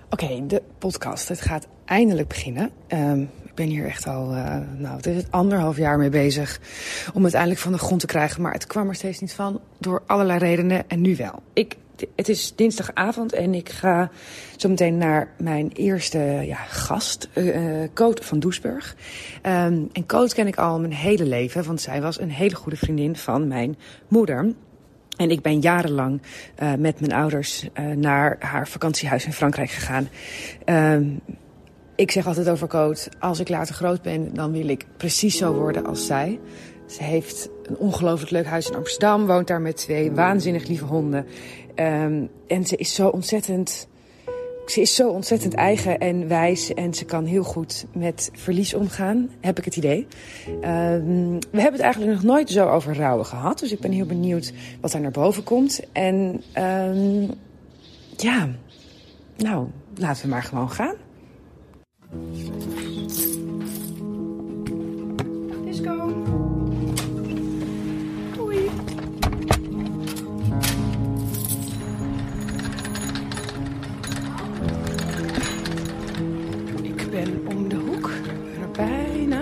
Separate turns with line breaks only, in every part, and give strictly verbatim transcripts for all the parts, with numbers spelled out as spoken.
Oké, de podcast. Het gaat eindelijk beginnen. Um, ik ben hier echt al, uh, nou, het is het anderhalf jaar mee bezig om het eindelijk van de grond te krijgen. Maar het kwam er steeds niet van, door allerlei redenen. En nu wel. Ik, het is dinsdagavond en ik ga zo meteen naar mijn eerste ja, gast, uh, Coot van Doesburg. Um, en Coot ken ik al mijn hele leven, want zij was een hele goede vriendin van mijn moeder. En ik ben jarenlang uh, met mijn ouders uh, naar haar vakantiehuis in Frankrijk gegaan. Uh, ik zeg altijd over Coot, als ik later groot ben, dan wil ik precies zo worden als zij. Ze heeft een ongelooflijk leuk huis in Amsterdam, woont daar met twee waanzinnig lieve honden. Um, en ze is zo ontzettend... Ze is zo ontzettend eigen en wijs en ze kan heel goed met verlies omgaan, heb ik het idee. Um, we hebben het eigenlijk nog nooit zo over rouwen gehad, dus ik ben heel benieuwd wat er naar boven komt. En um, ja, nou, laten we maar gewoon gaan. Disco. Doei. Ben om de hoek. Ik ben er bijna.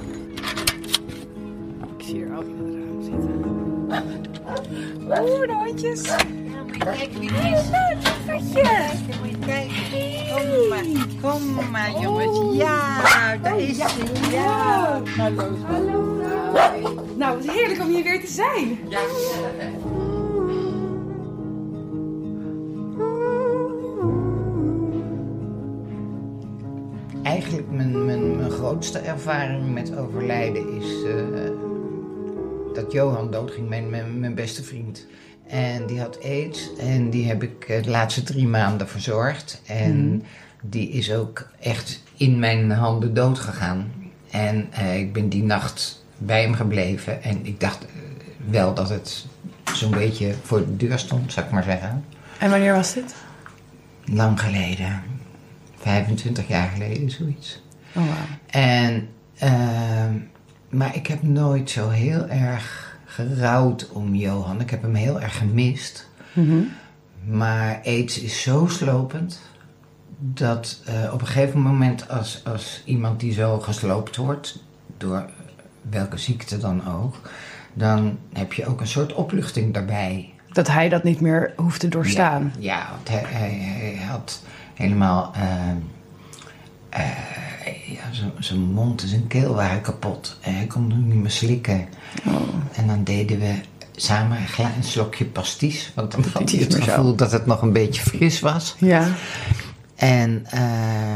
Ik zie er al in het raam zitten. Oeh, de hondjes.
Ja, moet je kijken wie het is.
Hallo, lievertje.
Moet je kijken. Kom maar, kom maar jongens. Ja, daar is ze. Ja. Hallo.
Hallo. Nou, wat heerlijk om hier weer te zijn.
Ja. Eigenlijk mijn, mijn, mijn grootste ervaring met overlijden is uh, dat Johan doodging, mijn, mijn, mijn beste vriend. En die had AIDS en die heb ik de laatste drie maanden verzorgd. En mm. die is ook echt in mijn handen doodgegaan. En uh, ik ben die nacht bij hem gebleven en ik dacht uh, wel dat het zo'n beetje voor de deur stond, zou ik maar zeggen.
En wanneer was dit?
Lang geleden. vijfentwintig jaar geleden, zoiets.
Oh, wow.
En, uh, maar ik heb nooit zo heel erg gerouwd om Johan. Ik heb hem heel erg gemist.
Mm-hmm.
Maar AIDS is zo slopend dat uh, op een gegeven moment als, als iemand die zo gesloopt wordt, door welke ziekte dan ook, dan heb je ook een soort opluchting daarbij.
Dat hij dat niet meer hoeft te doorstaan.
Ja, ja, want hij, hij, hij had helemaal... Uh, uh, ja, zijn mond en zijn keel waren kapot. En hij kon hem niet meer slikken. Oh. En dan deden we samen een slokje pasties. Want dan had hij het gevoel zo dat het nog een beetje fris was.
Ja.
En... Uh,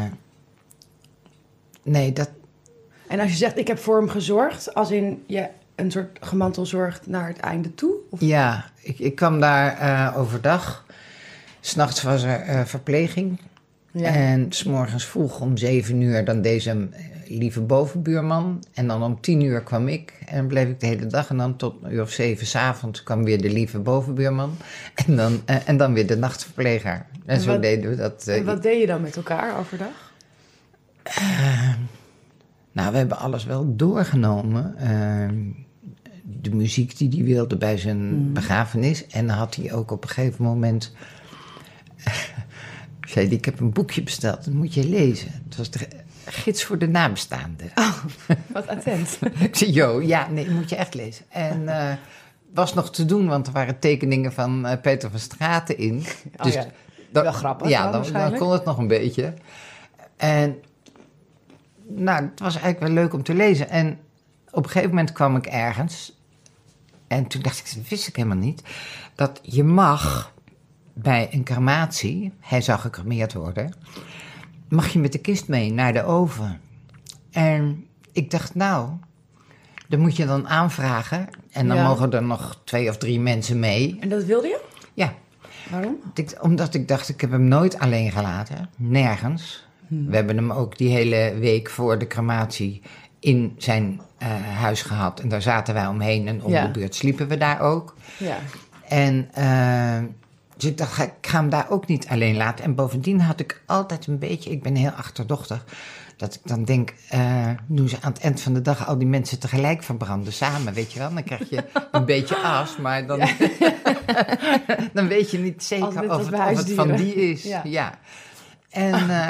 nee, dat...
En als je zegt, ik heb voor hem gezorgd, als in je een soort gemantelzorgd naar het einde toe? Of?
Ja, ik, ik kwam daar uh, overdag. 'S Nachts was er uh, verpleging. Ja. En 's morgens vroeg om zeven uur dan deze uh, lieve bovenbuurman. En dan om tien uur kwam ik. En dan bleef ik de hele dag. En dan tot een uur of zeven 's avonds kwam weer de lieve bovenbuurman. En dan, uh, en dan weer de nachtverpleger. En, en zo wat, deden we dat. Uh,
en wat deed je dan met elkaar overdag?
Uh, nou, we hebben alles wel doorgenomen. Uh, de muziek die hij wilde bij zijn mm. begrafenis. En dan had hij ook op een gegeven moment... zei hij, ik heb een boekje besteld, dat moet je lezen. Het was de gids voor de nabestaanden.
Oh, wat attent.
Ik zei, jo, ja, nee, moet je echt lezen. En uh, was nog te doen, want er waren tekeningen van uh, Peter van Straten in.
Oh
dus
ja,
dat,
wel grappig.
Ja, dan, dan kon het nog een beetje. En nou, het was eigenlijk wel leuk om te lezen. En op een gegeven moment kwam ik ergens. En toen dacht ik, dat wist ik helemaal niet. Dat je mag... bij een crematie, hij zou gecremeerd worden, mag je met de kist mee naar de oven. En ik dacht, nou, dat moet je dan aanvragen. En dan ja. mogen er nog twee of drie mensen mee.
En dat wilde je?
Ja.
Waarom?
Ik, omdat ik dacht, ik heb hem nooit alleen gelaten. Nergens. Hmm. We hebben hem ook die hele week voor de crematie in zijn uh, huis gehad. En daar zaten wij omheen en om ja. de beurt sliepen we daar ook. Ja. En... Uh, Dus ik dacht, ik ga hem daar ook niet alleen laten. En bovendien had ik altijd een beetje, ik ben heel achterdochtig, dat ik dan denk, uh, doen ze aan het eind van de dag al die mensen tegelijk verbranden samen, weet je wel. Dan krijg je een beetje as, maar dan, ja. dan weet je niet zeker of het, of het van die is. Ja. ja. En, uh,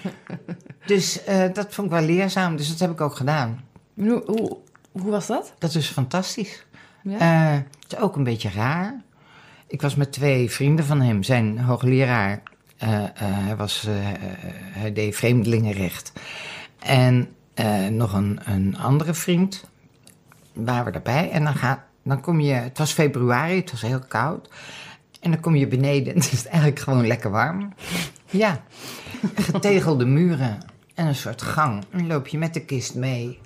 dus uh, dat vond ik wel leerzaam, dus dat heb ik ook gedaan.
Hoe, hoe, hoe was dat?
Dat is fantastisch.
Ja?
Uh, het is ook een beetje raar. Ik was met twee vrienden van hem, zijn hoogleraar. Uh, uh, hij, was, uh, uh, hij deed vreemdelingenrecht. En uh, nog een, een andere vriend waren we erbij. En dan, gaat, dan kom je, het was februari, het was heel koud. En dan kom je beneden en het is eigenlijk gewoon lekker warm. Ja, getegelde muren en een soort gang. En dan loop je met de kist mee.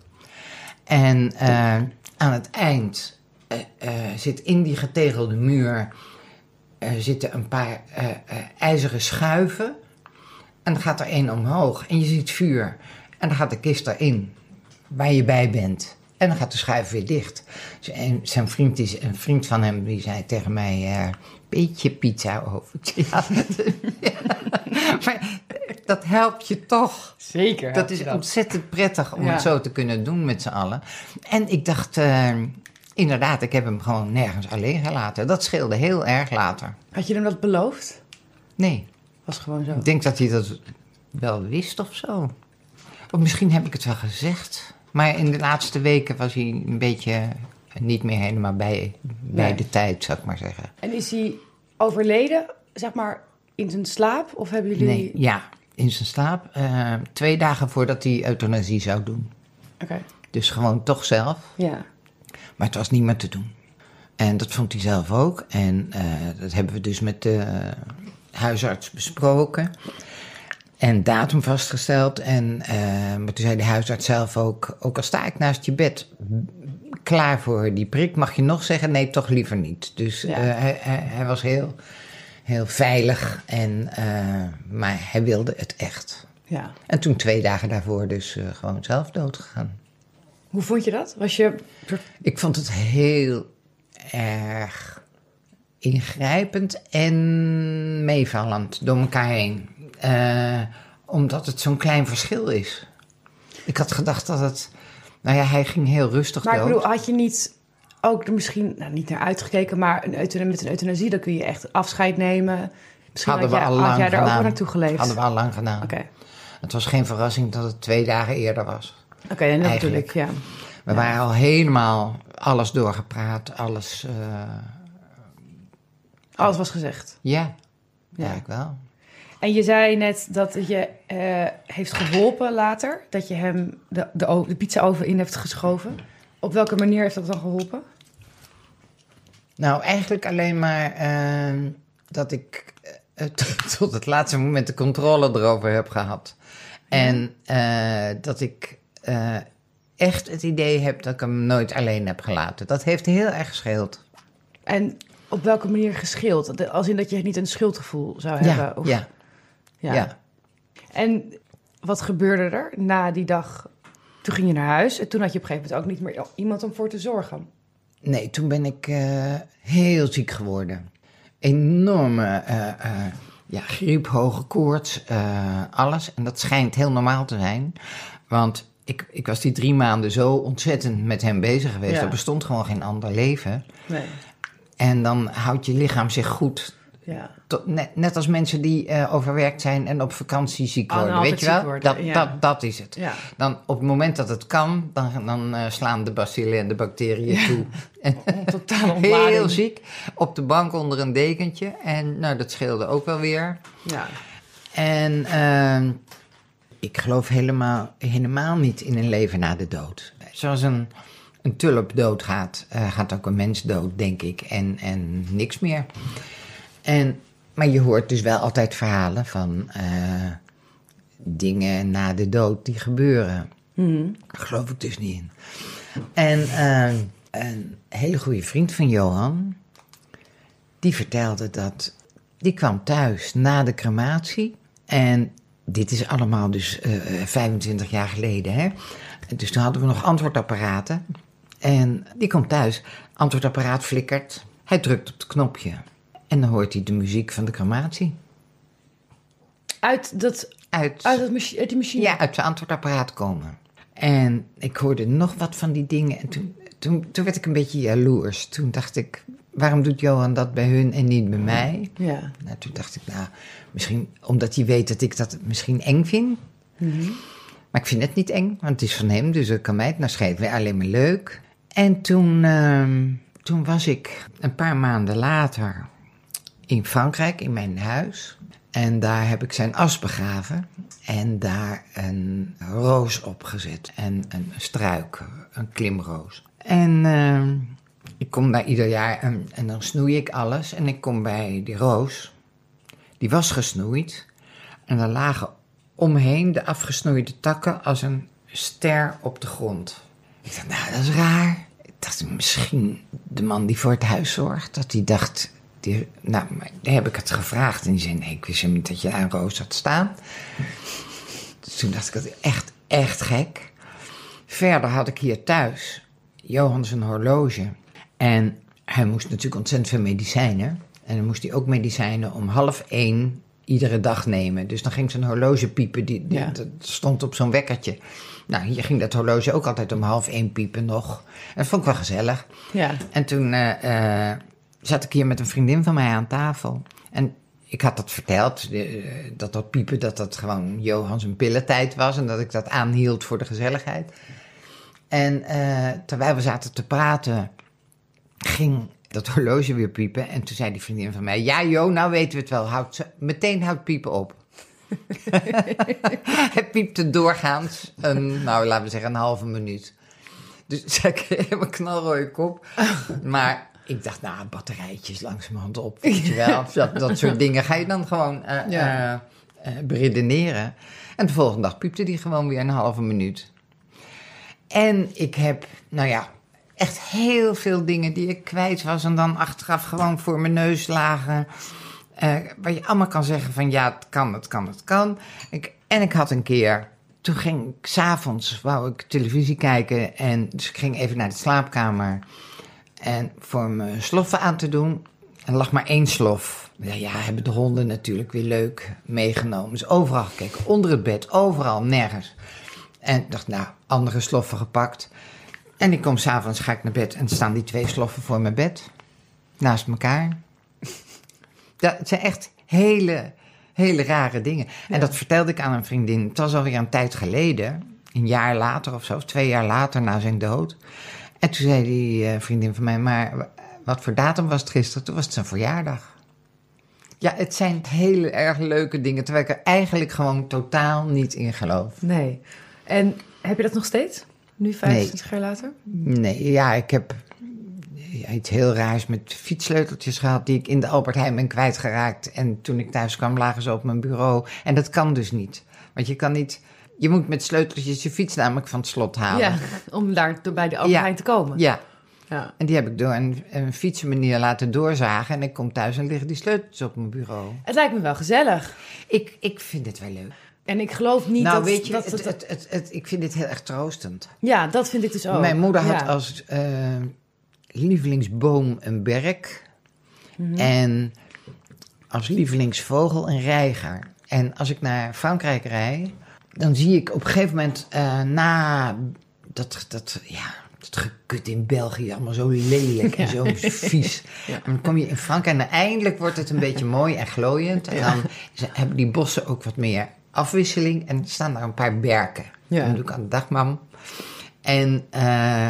En uh, aan het eind uh, uh, zit in die getegelde muur uh, zitten een paar uh, uh, ijzeren schuiven. En dan gaat er één omhoog en je ziet vuur. En dan gaat de kist erin, waar je bij bent. En dan gaat de schuif weer dicht. Dus en zijn vriend, is, een vriend van hem, die zei tegen mij... Uh, beetje pizza over. Ja, ja. Maar dat helpt je toch.
Zeker.
Dat is dat. Ontzettend prettig om
ja.
het zo te kunnen doen met z'n allen. En ik dacht, uh, inderdaad, ik heb hem gewoon nergens alleen gelaten. Dat scheelde heel erg later.
Had je hem dat beloofd?
Nee.
Was gewoon zo.
Ik denk dat hij dat wel wist of zo. Of misschien heb ik het wel gezegd. Maar in de laatste weken was hij een beetje niet meer helemaal bij, bij nee. de tijd, zou ik maar zeggen.
En is hij overleden, zeg maar, in zijn slaap? Of hebben jullie...
Nee, ja, in zijn slaap. Uh, twee dagen voordat hij euthanasie zou doen.
Oké. Okay.
Dus gewoon toch zelf.
Ja.
Maar het was niet meer te doen. En dat vond hij zelf ook. En uh, dat hebben we dus met de uh, huisarts besproken. En datum vastgesteld. En, uh, maar toen zei de huisarts zelf ook... ook al sta ik naast je bed klaar voor die prik... mag je nog zeggen, nee, toch liever niet. Dus ja. uh, hij, hij, hij was heel, heel veilig. En, uh, maar hij wilde het echt.
Ja.
En toen twee dagen daarvoor dus uh, gewoon zelf doodgegaan.
Hoe vond je dat? Was je...
Ik vond het heel erg ingrijpend en meevallend door elkaar heen. Uh, omdat het zo'n klein verschil is. Ik had gedacht dat het... Nou ja, hij ging heel rustig
maar
dood.
Maar ik bedoel, had je niet ook er misschien... Nou, niet naar uitgekeken, maar een euthanasie, met een euthanasie... dan kun je echt afscheid nemen. Misschien
Hadden
had,
we
jij,
al lang
had jij daar
gedaan.
ook wel naartoe geleefd.
Hadden we al lang gedaan.
Okay.
Het was geen verrassing dat het twee dagen eerder was.
Oké, okay, en dat bedoel ik, ja.
We
ja.
waren al helemaal alles doorgepraat, alles... Uh...
Alles was gezegd?
Ja, ja, eigenlijk wel.
En je zei net dat het je uh, heeft geholpen later... dat je hem de, de, de pizza-oven in hebt geschoven. Op welke manier heeft dat dan geholpen?
Nou, eigenlijk alleen maar uh, dat ik uh, t- tot het laatste moment de controle erover heb gehad. Ja. En uh, dat ik uh, echt het idee heb dat ik hem nooit alleen heb gelaten. Dat heeft heel erg gescheeld.
En op welke manier gescheeld? Als in dat je niet een schuldgevoel zou
ja,
hebben? Of...
Ja, ja. Ja.
En wat gebeurde er na die dag? Toen ging je naar huis en toen had je op een gegeven moment ook niet meer iemand om voor te zorgen.
Nee, toen ben ik uh, heel ziek geworden. Enorme uh, uh, ja, griep, hoge koorts, uh, alles. En dat schijnt heel normaal te zijn. Want ik, ik was die drie maanden zo ontzettend met hem bezig geweest. Ja. Er bestond gewoon geen ander leven.
Nee.
En dan houdt je lichaam zich goed.
Ja.
Tot, net, net als mensen die uh, overwerkt zijn en op vakantie ziek worden.
Oh,
weet je wel?
Worden,
dat,
ja.
dat, dat is het.
Ja.
Dan, op het moment dat het kan, dan, dan uh, slaan de bacillen en de bacteriën
ja.
toe.
Totaal ontlading.
Heel ziek. Op de bank onder een dekentje. En nou, dat scheelde ook wel weer.
Ja.
En uh, ik geloof helemaal, helemaal niet in een leven na de dood. Zoals een, een tulp doodgaat, uh, gaat ook een mens dood, denk ik. En, en niks meer. En, maar je hoort dus wel altijd verhalen van uh, dingen na de dood die gebeuren.
Mm.
Daar geloof ik dus niet in. En uh, een hele goede vriend van Johan, die vertelde dat... Die kwam thuis na de crematie. En dit is allemaal dus uh, vijfentwintig jaar geleden, hè. Dus toen hadden we nog antwoordapparaten. En die komt thuis, antwoordapparaat flikkert. Hij drukt op het knopje. En dan hoort hij de muziek van de crematie.
Uit, dat,
uit,
uit, dat machi- uit die machine?
Ja, uit zijn antwoordapparaat komen. En ik hoorde nog wat van die dingen. En toen, toen, toen werd ik een beetje jaloers. Toen dacht ik, waarom doet Johan dat bij hun en niet bij mij?
Ja.
Nou, toen dacht ik, nou, misschien omdat hij weet dat ik dat misschien eng vind.
Mm-hmm.
Maar ik vind het niet eng, want het is van hem, dus dat kan mij het nou schelen. Alleen maar leuk. En toen, uh, toen was ik een paar maanden later in Frankrijk, in mijn huis. En daar heb ik zijn as begraven. En daar een roos opgezet. En een struik, een klimroos. En uh, ik kom daar ieder jaar en, en dan snoei ik alles. En ik kom bij die roos. Die was gesnoeid. En er lagen omheen de afgesnoeide takken als een ster op de grond. Ik dacht, nou, dat is raar. Ik dacht, misschien de man die voor het huis zorgt, dat hij dacht... Die, nou, daar heb ik het gevraagd. En die zei, nee, ik wist hem niet dat je daar een roos had staan. Dus toen dacht ik, dat is echt, echt gek. Verder had ik hier thuis Johan zijn horloge. En hij moest natuurlijk ontzettend veel medicijnen. En dan moest hij ook medicijnen om half één iedere dag nemen. Dus dan ging zijn horloge piepen, die, die, ja. dat stond op zo'n wekkertje. Nou, hier ging dat horloge ook altijd om half één piepen nog. En dat vond ik wel gezellig. Ja. En toen uh, uh, zat ik hier met een vriendin van mij aan tafel. En ik had dat verteld, uh, dat dat piepen, dat dat gewoon Johan zijn pillentijd was. En dat ik dat aanhield voor de gezelligheid. En uh, terwijl we zaten te praten, ging dat horloge weer piepen. En toen zei die vriendin van mij, ja Jo, nou weten we het wel. Houd, meteen houdt piepen op. Hij piepte doorgaans, een, nou laten we zeggen een halve minuut. Dus ik kreeg een knalrode kop. Maar ik dacht, nou, batterijtjes langzamerhand op. Weet je wel, dat, dat soort dingen ga je dan gewoon uh, ja. uh, uh, beredeneren. En de volgende dag piepte die gewoon weer een halve minuut. En ik heb, nou ja, echt heel veel dingen die ik kwijt was en dan achteraf gewoon voor mijn neus lagen. Uh, waar je allemaal kan zeggen van ja, het kan, het kan, het kan. Ik, en ik had een keer, toen ging ik 's avonds, wou ik televisie kijken. En dus ik ging even naar de slaapkamer. En voor mijn sloffen aan te doen. En er lag maar één slof. Ja, ja, hebben de honden natuurlijk weer leuk meegenomen. Dus overal gekeken, onder het bed, overal, nergens. En ik dacht, nou, andere sloffen gepakt. En ik kom 's avonds, ga ik naar bed en staan die twee sloffen voor mijn bed. Naast elkaar. Dat het zijn echt hele, hele rare dingen. Ja. En dat vertelde ik aan een vriendin. Het was alweer een tijd geleden. Een jaar later of zo. Of twee jaar later na zijn dood. En toen zei die uh, vriendin van mij, maar wat voor datum was het gisteren? Toen was het zijn verjaardag. Ja, het zijn hele erg leuke dingen. Terwijl ik er eigenlijk gewoon totaal niet in geloof.
Nee. En heb je dat nog steeds? Nu vijfentwintig nee. jaar later?
Nee, ja, ik heb ja, iets heel raars met fietssleuteltjes gehad die ik in de Albert Heijn ben kwijtgeraakt. En toen ik thuis kwam, lagen ze op mijn bureau. En dat kan dus niet. Want je kan niet, je moet met sleuteltjes je fiets namelijk van het slot halen.
Ja, om daar bij de Albert Heijn ja. te komen.
Ja. ja, en die heb ik door een, een fietsenmanier laten doorzagen. En ik kom thuis en liggen die sleutels op mijn bureau.
Het lijkt me wel gezellig.
Ik, ik vind het wel leuk.
En ik geloof niet
nou,
dat...
weet je,
dat
het, het, het, het, ik vind dit heel erg troostend.
Ja, dat vind ik dus ook.
Mijn moeder had
ja.
als uh, lievelingsboom een berk. Mm-hmm. En als lievelingsvogel een reiger. En als ik naar Frankrijk rijd, dan zie ik op een gegeven moment uh, na dat, dat, ja, dat gekut in België, allemaal zo lelijk en zo vies. Ja. En dan kom je in Frankrijk en eindelijk wordt het een beetje mooi en glooiend. En dan ja. hebben die bossen ook wat meer afwisseling en er staan daar een paar berken. Ja. Dan doe ik aan de dag, mam. En, uh,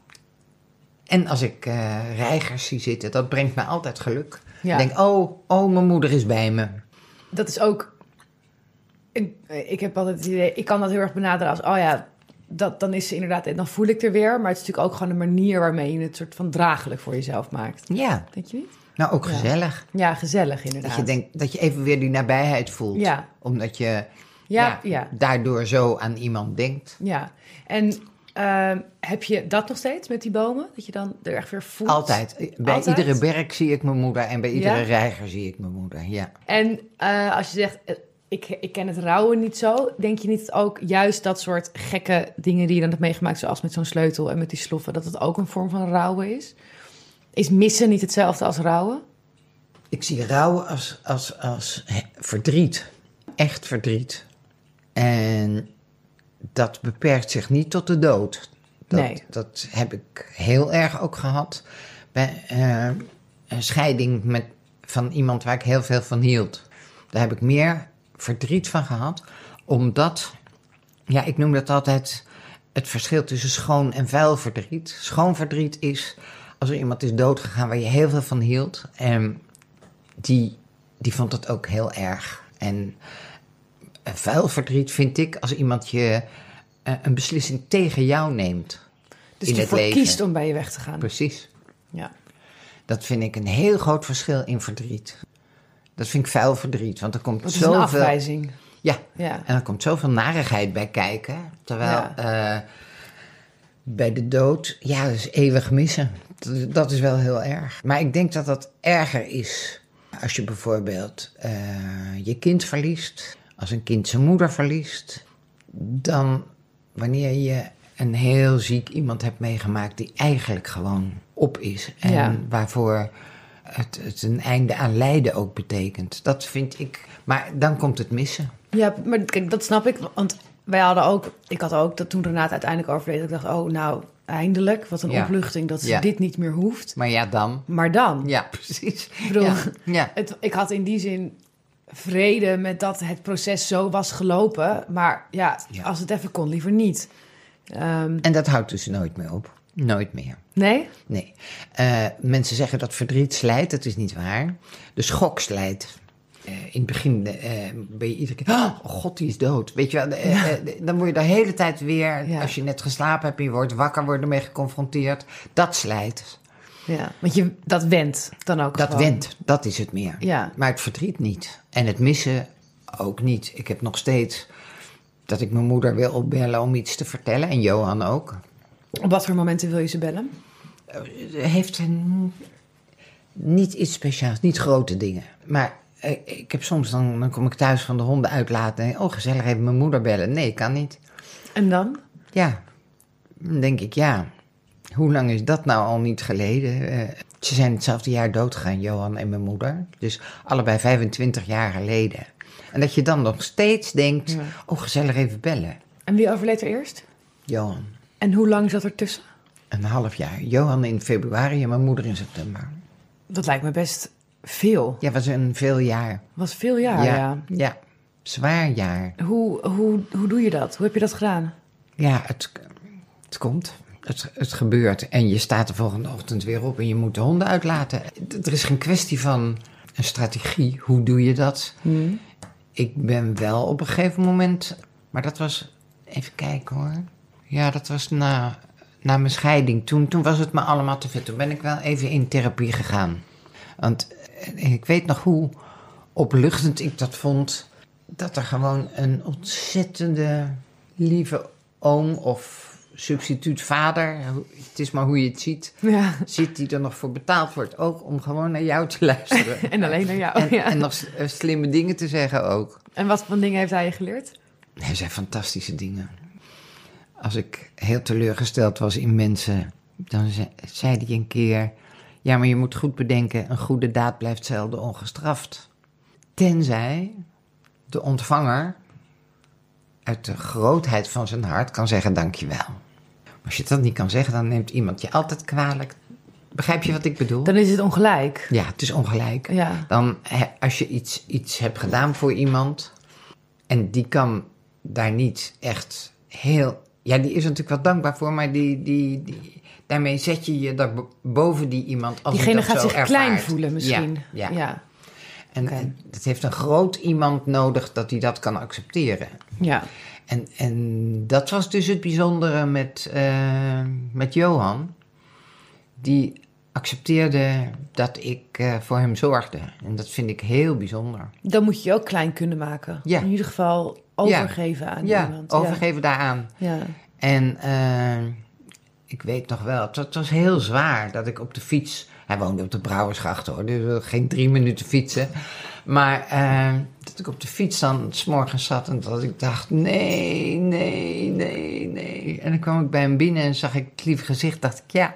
en als ik uh, reigers zie zitten, dat brengt me altijd geluk. Ja. Ik denk, oh, oh, mijn moeder is bij me.
Dat is ook... Ik, ik heb altijd het idee, ik kan dat heel erg benaderen als, oh ja, dat, dan is ze inderdaad, dan voel ik er weer. Maar het is natuurlijk ook gewoon een manier waarmee je het soort van draaglijk voor jezelf maakt.
Ja.
Denk je niet?
Nou, ook
ja.
gezellig.
Ja, gezellig inderdaad.
Dat je denkt, dat je even weer die nabijheid voelt. Ja. Omdat je ja, ja, ja. daardoor zo aan iemand denkt.
Ja, en uh, heb je dat nog steeds met die bomen? Dat je dan er echt weer voelt?
Altijd. Bij Altijd? Iedere berk zie ik mijn moeder en bij iedere ja? reiger zie ik mijn moeder, ja.
En uh, als je zegt, ik, ik ken het rouwen niet zo, denk je niet ook juist dat soort gekke dingen die je dan hebt meegemaakt, zoals met zo'n sleutel en met die sloffen, dat het ook een vorm van rouwen is? Is missen niet hetzelfde als rouwen?
Ik zie rouwen als, als, als verdriet. Echt verdriet. En dat beperkt zich niet tot de dood. Dat,
nee.
dat heb ik heel erg ook gehad. Bij, uh, een scheiding met, van iemand waar ik heel veel van hield. Daar heb ik meer verdriet van gehad. Omdat, ja, ik noem dat altijd het verschil tussen schoon en vuil verdriet. Schoon verdriet is als er iemand is doodgegaan waar je heel veel van hield. En die, die vond het ook heel erg. En vuil verdriet vind ik als iemand je uh, een beslissing tegen jou neemt.
Dus
in
je
het
ervoor
leven.
kiest om bij je weg te gaan.
Precies.
Ja.
Dat vind ik een heel groot verschil in verdriet. Dat vind ik vuil verdriet, want er komt
Dat is
zoveel...
een afwijzing.
Ja,
Ja.
en er komt zoveel narigheid bij kijken. Terwijl
Ja.
uh, bij de dood, ja, dat is eeuwig missen. Dat, dat is wel heel erg. Maar ik denk dat dat erger is als je bijvoorbeeld uh, je kind verliest. Als een kind zijn moeder verliest. Dan wanneer je een heel ziek iemand hebt meegemaakt die eigenlijk gewoon op is. En
Ja.
waarvoor het, het een einde aan lijden ook betekent. Dat vind ik... Maar dan komt het missen.
Ja, maar kijk, dat snap ik. Want wij hadden ook... Ik had ook dat toen Renate uiteindelijk overleed. Ik dacht, oh, nou, eindelijk. Wat een
Ja.
opluchting dat ze
Ja.
dit niet meer hoeft.
Maar ja, dan...
Maar dan...
Ja, precies.
Ik bedoel,
Ja. Ja.
Het, ik had in die zin vrede met dat het proces zo was gelopen. Maar ja,
Ja.
als het even kon, liever niet. Um,
En dat houdt dus nooit meer op. Nooit meer.
nee?
Nee. Uh, mensen zeggen dat verdriet slijt. Dat is niet waar. De schok slijt. Uh, in het begin uh, ben je iedere keer... Oh, god, die is dood. Weet je wel, uh, uh, dan word je de hele tijd weer...
Ja.
Als je net geslapen hebt en je wordt wakker... word je ermee geconfronteerd. Dat slijt.
Ja, want je, dat wendt dan ook
Dat
gewoon.
wendt. Dat is het meer.
Ja.
Maar het verdriet niet. En het missen ook niet. Ik heb nog steeds... dat ik mijn moeder wil opbellen om iets te vertellen. En Johan ook.
Op wat voor momenten wil je ze bellen?
Uh, heeft een, niet iets speciaals. Niet grote dingen. Maar... Ik heb soms, dan, dan kom ik thuis van de honden uitlaten. En, oh, gezellig even mijn moeder bellen. Nee, kan niet.
En dan?
Ja, dan denk ik, ja. Hoe lang is dat nou al niet geleden? Uh, ze zijn hetzelfde jaar doodgegaan, Johan en mijn moeder. Dus allebei vijfentwintig jaar geleden. En dat je dan nog steeds denkt, ja. oh, gezellig even bellen.
En wie overleed er eerst?
Johan.
En hoe lang zat er tussen?
Een half jaar. Johan in februari en mijn moeder in september.
Dat lijkt me best... Veel.
Ja, was een veel jaar.
Was veel jaar,
ja.
ja.
Ja, zwaar jaar.
Hoe, hoe, hoe doe je dat? Hoe heb je dat gedaan?
Ja, het, het komt. Het, het gebeurt. En je staat de volgende ochtend weer op en je moet de honden uitlaten. Er is geen kwestie van een strategie. Hoe doe je dat? Hmm. Ik ben wel op een gegeven moment... Maar dat was... Even kijken hoor. Ja, dat was na, na mijn scheiding. Toen, toen was het me allemaal te veel. Toen ben ik wel even in therapie gegaan. Want ik weet nog hoe opluchtend ik dat vond... dat er gewoon een ontzettende lieve oom of substituutvader... het is maar hoe je het ziet... Ja. zit die er nog voor betaald wordt ook... om gewoon naar jou te luisteren.
En alleen naar jou,
en,
ja.
en nog slimme dingen te zeggen ook.
En wat voor dingen heeft hij je geleerd?
Hij zei fantastische dingen. Als ik heel teleurgesteld was in mensen... dan zei, zei hij een keer... Ja, maar je moet goed bedenken, een goede daad blijft zelden ongestraft. Tenzij de ontvanger uit de grootheid van zijn hart kan zeggen dankjewel. Als je dat niet kan zeggen, dan neemt iemand je altijd kwalijk. Begrijp je wat ik bedoel?
Dan is het ongelijk.
Ja, het is ongelijk.
Ja.
Dan, als je iets, iets hebt gedaan voor iemand... en die kan daar niet echt heel... Ja, die is er natuurlijk wel dankbaar voor, maar die... die, die daarmee zet je je daar boven die iemand. Als
diegene
dat
gaat
zo
zich
ervaart.
klein voelen misschien.
Ja, ja.
ja.
En
okay.
het heeft een groot iemand nodig dat hij dat kan accepteren.
Ja.
En, en dat was dus het bijzondere met, uh, met Johan. Die accepteerde dat ik uh, voor hem zorgde. En dat vind ik heel bijzonder.
Dan moet je je ook klein kunnen maken.
Ja.
In ieder geval overgeven
ja.
aan
ja,
iemand.
overgeven ja. daaraan.
Ja.
En... Uh, ik weet nog wel, het, het was heel zwaar dat ik op de fiets... Hij woonde op de Brouwersgracht hoor, dus geen drie minuten fietsen. Maar uh, dat ik op de fiets dan 's morgens zat en dat ik dacht... Nee, nee, nee, nee. En dan kwam ik bij hem binnen en zag ik het lieve gezicht, dacht ik ja.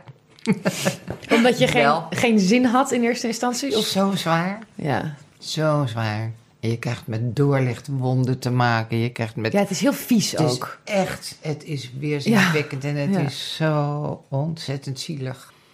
Omdat je geen, geen zin had in eerste instantie? Of?
Zo zwaar.
Ja.
Zo zwaar. En je krijgt met doorlicht wonden te maken. Je krijgt met...
Ja, het is heel vies
het
ook.
Is echt, het is weerzinwekkend ja. en het
ja.
is zo ontzettend zielig.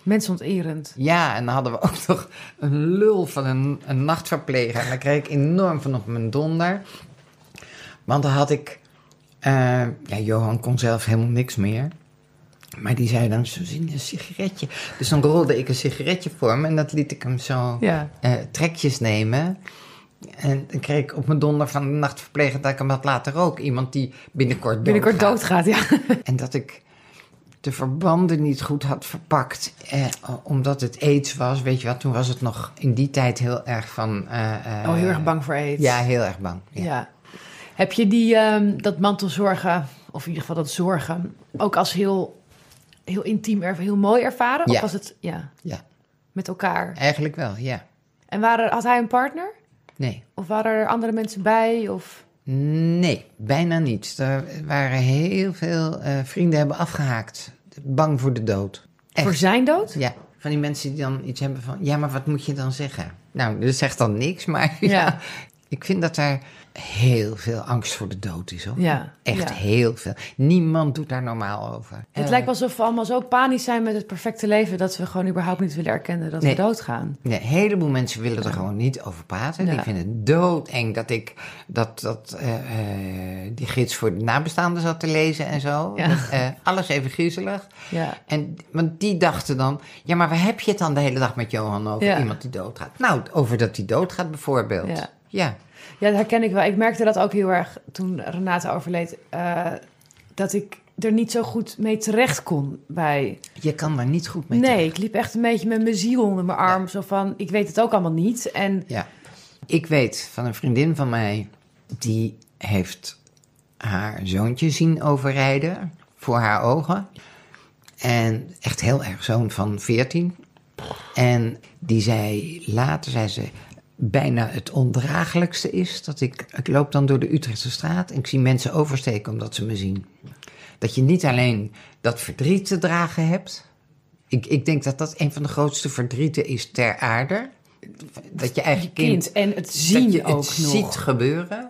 Mensonterend.
Ja, en dan hadden we ook nog een lul van een, een nachtverpleger. En daar kreeg ik enorm van op mijn donder. Want dan had ik... Uh, ja, Johan kon zelf helemaal niks meer. Maar die zei dan, zo zien een sigaretje. Dus dan rolde ik een sigaretje voor hem. En dat liet ik hem zo ja. uh, trekjes nemen. En dan kreeg ik op mijn donder van de nachtverpleger... dat ik hem had laten roken. Iemand die binnenkort doodgaat.
Binnenkort doodgaat, ja.
En dat ik de verbanden niet goed had verpakt. Eh, omdat het aids was, weet je wat. Toen was het nog in die tijd heel erg van... Uh, uh,
oh, heel erg bang voor aids.
Ja, heel erg bang. Ja.
ja. Heb je die, um, dat mantelzorgen, of in ieder geval dat zorgen... ook als heel, heel intiem, heel mooi ervaren?
Ja.
Of was het, ja,
ja,
met elkaar?
Eigenlijk wel, ja.
En waren, had hij een partner?
Nee.
Of waren er andere mensen bij? Of...
Nee, bijna niet. Er waren heel veel uh, vrienden hebben afgehaakt. Bang voor de dood. Echt.
Voor zijn dood?
Ja, van die mensen die dan iets hebben van... ja, maar wat moet je dan zeggen? Nou, dat zegt dan niks, maar ja. ja ik vind dat er heel veel angst voor de dood is, hoor.
Ja.
Echt
ja.
heel veel. Niemand doet daar normaal over.
Het uh, lijkt wel alsof we allemaal zo panisch zijn met het perfecte leven... dat we gewoon überhaupt niet willen erkennen dat
nee.
we doodgaan.
Nee, een heleboel mensen willen er ja. gewoon niet over praten. Ja. Die vinden het doodeng dat ik dat, dat, uh, uh, die gids voor de nabestaanden zat te lezen en zo. Ja. Dat, uh, alles even griezelig. Ja. En, want die dachten dan... ja, maar waar heb je het dan de hele dag met Johan over? Ja. Iemand die doodgaat. Nou, over dat die doodgaat bijvoorbeeld. Ja. ja.
Ja, dat herken ik wel. Ik merkte dat ook heel erg toen Renate overleed. Uh, dat ik er niet zo goed mee terecht kon bij...
Je kan daar niet goed mee
nee,
terecht.
Ik liep echt een beetje met mijn ziel onder mijn arm. Ja. Zo van, ik weet het ook allemaal niet. En...
Ja. Ik weet van een vriendin van mij... die heeft haar zoontje zien overrijden voor haar ogen. En echt heel erg, zoon van veertien. En die zei later, zei ze... bijna het ondraaglijkste is dat ik... ik loop dan door de Utrechtse straat en ik zie mensen oversteken omdat ze me zien. Dat je niet alleen dat verdriet te dragen hebt. Ik, ik denk dat dat een van de grootste verdrieten is ter aarde. Dat je eigen
je kind, kind... en het zien
dat je
ook
het
nog.
ziet gebeuren.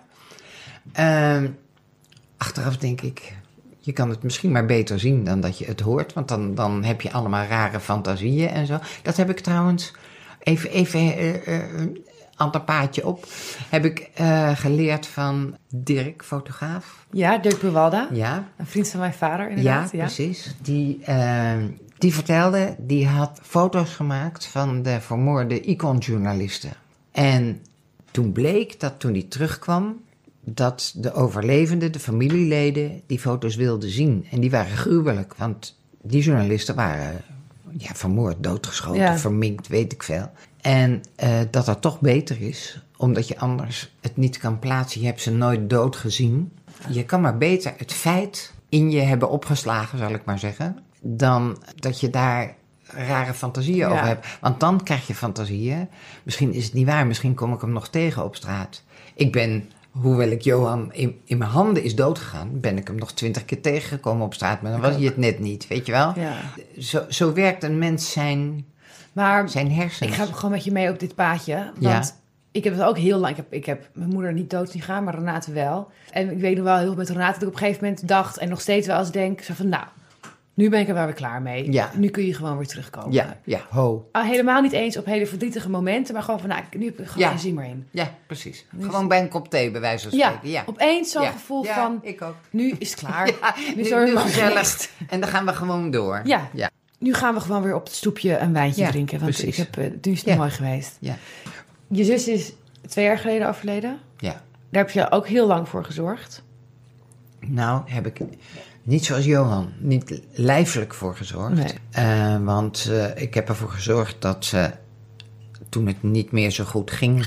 Uh, achteraf denk ik... je kan het misschien maar beter zien dan dat je het hoort. Want dan, dan heb je allemaal rare fantasieën en zo. Dat heb ik trouwens... Even... even uh, uh, ander paadje op, heb ik uh, geleerd van Dirk, fotograaf.
Ja, Dirk Buwalda.
Ja.
Een vriend van mijn vader, inderdaad.
Ja,
ja.
precies. Die, uh, die vertelde, die had foto's gemaakt van de vermoorde Icon-journalisten. En toen bleek dat toen die terugkwam, dat de overlevenden, de familieleden, die foto's wilden zien. En die waren gruwelijk, want die journalisten waren ja, vermoord, doodgeschoten, ja. verminkt, weet ik veel. En uh, dat dat toch beter is, omdat je anders het niet kan plaatsen. Je hebt ze nooit dood gezien. Je kan maar beter het feit in je hebben opgeslagen, zal ik maar zeggen, dan dat je daar rare fantasieën ja. over hebt. Want dan krijg je fantasieën. Misschien is het niet waar, misschien kom ik hem nog tegen op straat. Ik ben, hoewel ik Johan in, in mijn handen is doodgegaan, ben ik hem nog twintig keer tegengekomen op straat. Maar dan was hij het net niet, weet je wel? Ja. Zo, zo werkt een mens zijn...
Maar
zijn hersens.
Ik ga gewoon met je mee op dit paadje. Want ja. ik heb het ook heel lang... Ik heb, ik heb mijn moeder niet dood zien gaan, maar Renate wel. En ik weet nog wel heel met Renate dat ik op een gegeven moment dacht... en nog steeds wel eens denk, zo van nou... nu ben ik er wel weer klaar mee. Ja. Nu kun je gewoon weer terugkomen.
Ja, ja, ho.
Ah, helemaal niet eens op hele verdrietige momenten... maar gewoon van, nou, nu heb ik gewoon
ja.
geen zin meer in.
Ja, precies. Dus... gewoon bij een kop thee, bij wijze van spreken. Ja,
ja. opeens zo'n
ja.
gevoel
ja,
van...
ik ook.
Nu is het klaar.
ja,
nu
is
het
nu gezellig. En dan gaan we gewoon door.
Ja.
ja.
Nu gaan we gewoon weer op het stoepje een wijntje ja, drinken. Want precies. ik heb, uh, nu is het ja. mooi geweest.
Ja.
Je zus is twee jaar geleden overleden.
Ja.
Daar heb je ook heel lang voor gezorgd.
Nou, heb ik niet zoals Johan, niet lijfelijk voor gezorgd.
Nee.
Uh, want uh, ik heb ervoor gezorgd dat ze, toen het niet meer zo goed ging...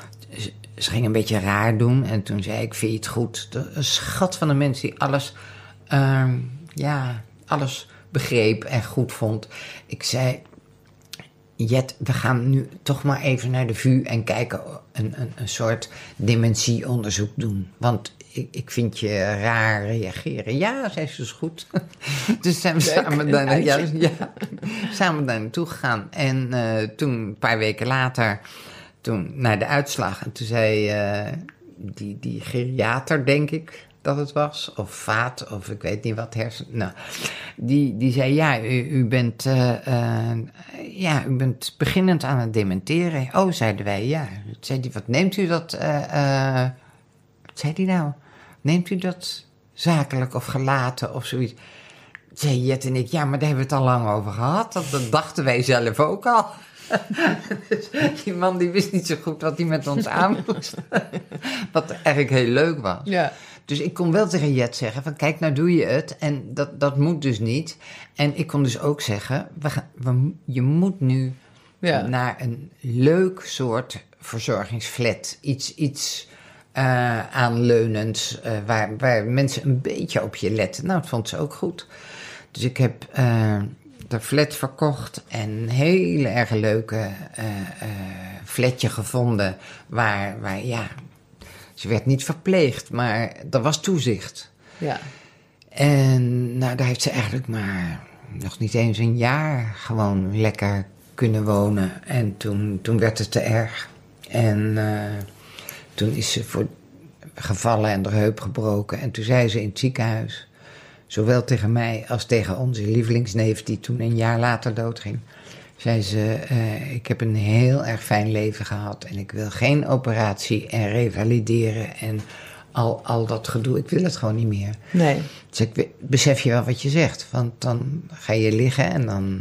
ze ging een beetje raar doen. En toen zei ik, vind je het goed? Een schat van een mens die alles... Uh, ja, alles... begreep en goed vond. Ik zei, Jet, we gaan nu toch maar even naar de V U en kijken, een, een, een soort dementieonderzoek doen. Want ik, ik vind je raar reageren. Ja, zei ze, is goed. Dus zijn we samen daar, ja, ja, samen daar naartoe gegaan. En uh, toen, een paar weken later, toen naar de uitslag. En toen zei uh, die, die geriater, denk ik, dat het was. Of vaat, of ik weet niet wat hersen. Nou, die, die zei, ja, u, u bent uh, uh, ja, u bent beginnend aan het dementeren. Oh, zeiden wij, ja. Zei die, wat neemt u dat, uh, uh, wat zei die nou? Neemt u dat zakelijk of gelaten of zoiets? Zei Jet en ik, ja, maar daar hebben we het al lang over gehad. Dat, dat dachten wij zelf ook al. Dus die man die wist niet zo goed wat hij met ons aan moest. Wat eigenlijk heel leuk was.
Ja.
Dus ik kon wel tegen Jet zeggen van kijk, nou doe je het. En dat, dat moet dus niet. En ik kon dus ook zeggen, we gaan, we, je moet nu ja. naar een leuk soort verzorgingsflat. Iets, iets uh, aanleunends, uh, waar, waar mensen een beetje op je letten. Nou, dat vond ze ook goed. Dus ik heb uh, de flat verkocht en een hele erg leuke uh, uh, flatje gevonden waar, waar, ja, ze werd niet verpleegd, maar er was toezicht.
Ja.
En nou, daar heeft ze eigenlijk maar nog niet eens een jaar gewoon lekker kunnen wonen. En toen, toen werd het te erg. En uh, toen is ze voor gevallen en de heup gebroken. En toen zei ze in het ziekenhuis, zowel tegen mij als tegen onze lievelingsneef, die toen een jaar later doodging, zei ze, uh, ik heb een heel erg fijn leven gehad en ik wil geen operatie en revalideren en al, al dat gedoe, ik wil het gewoon niet meer.
Nee.
Dus ik besef je wel wat je zegt, want dan ga je liggen en dan,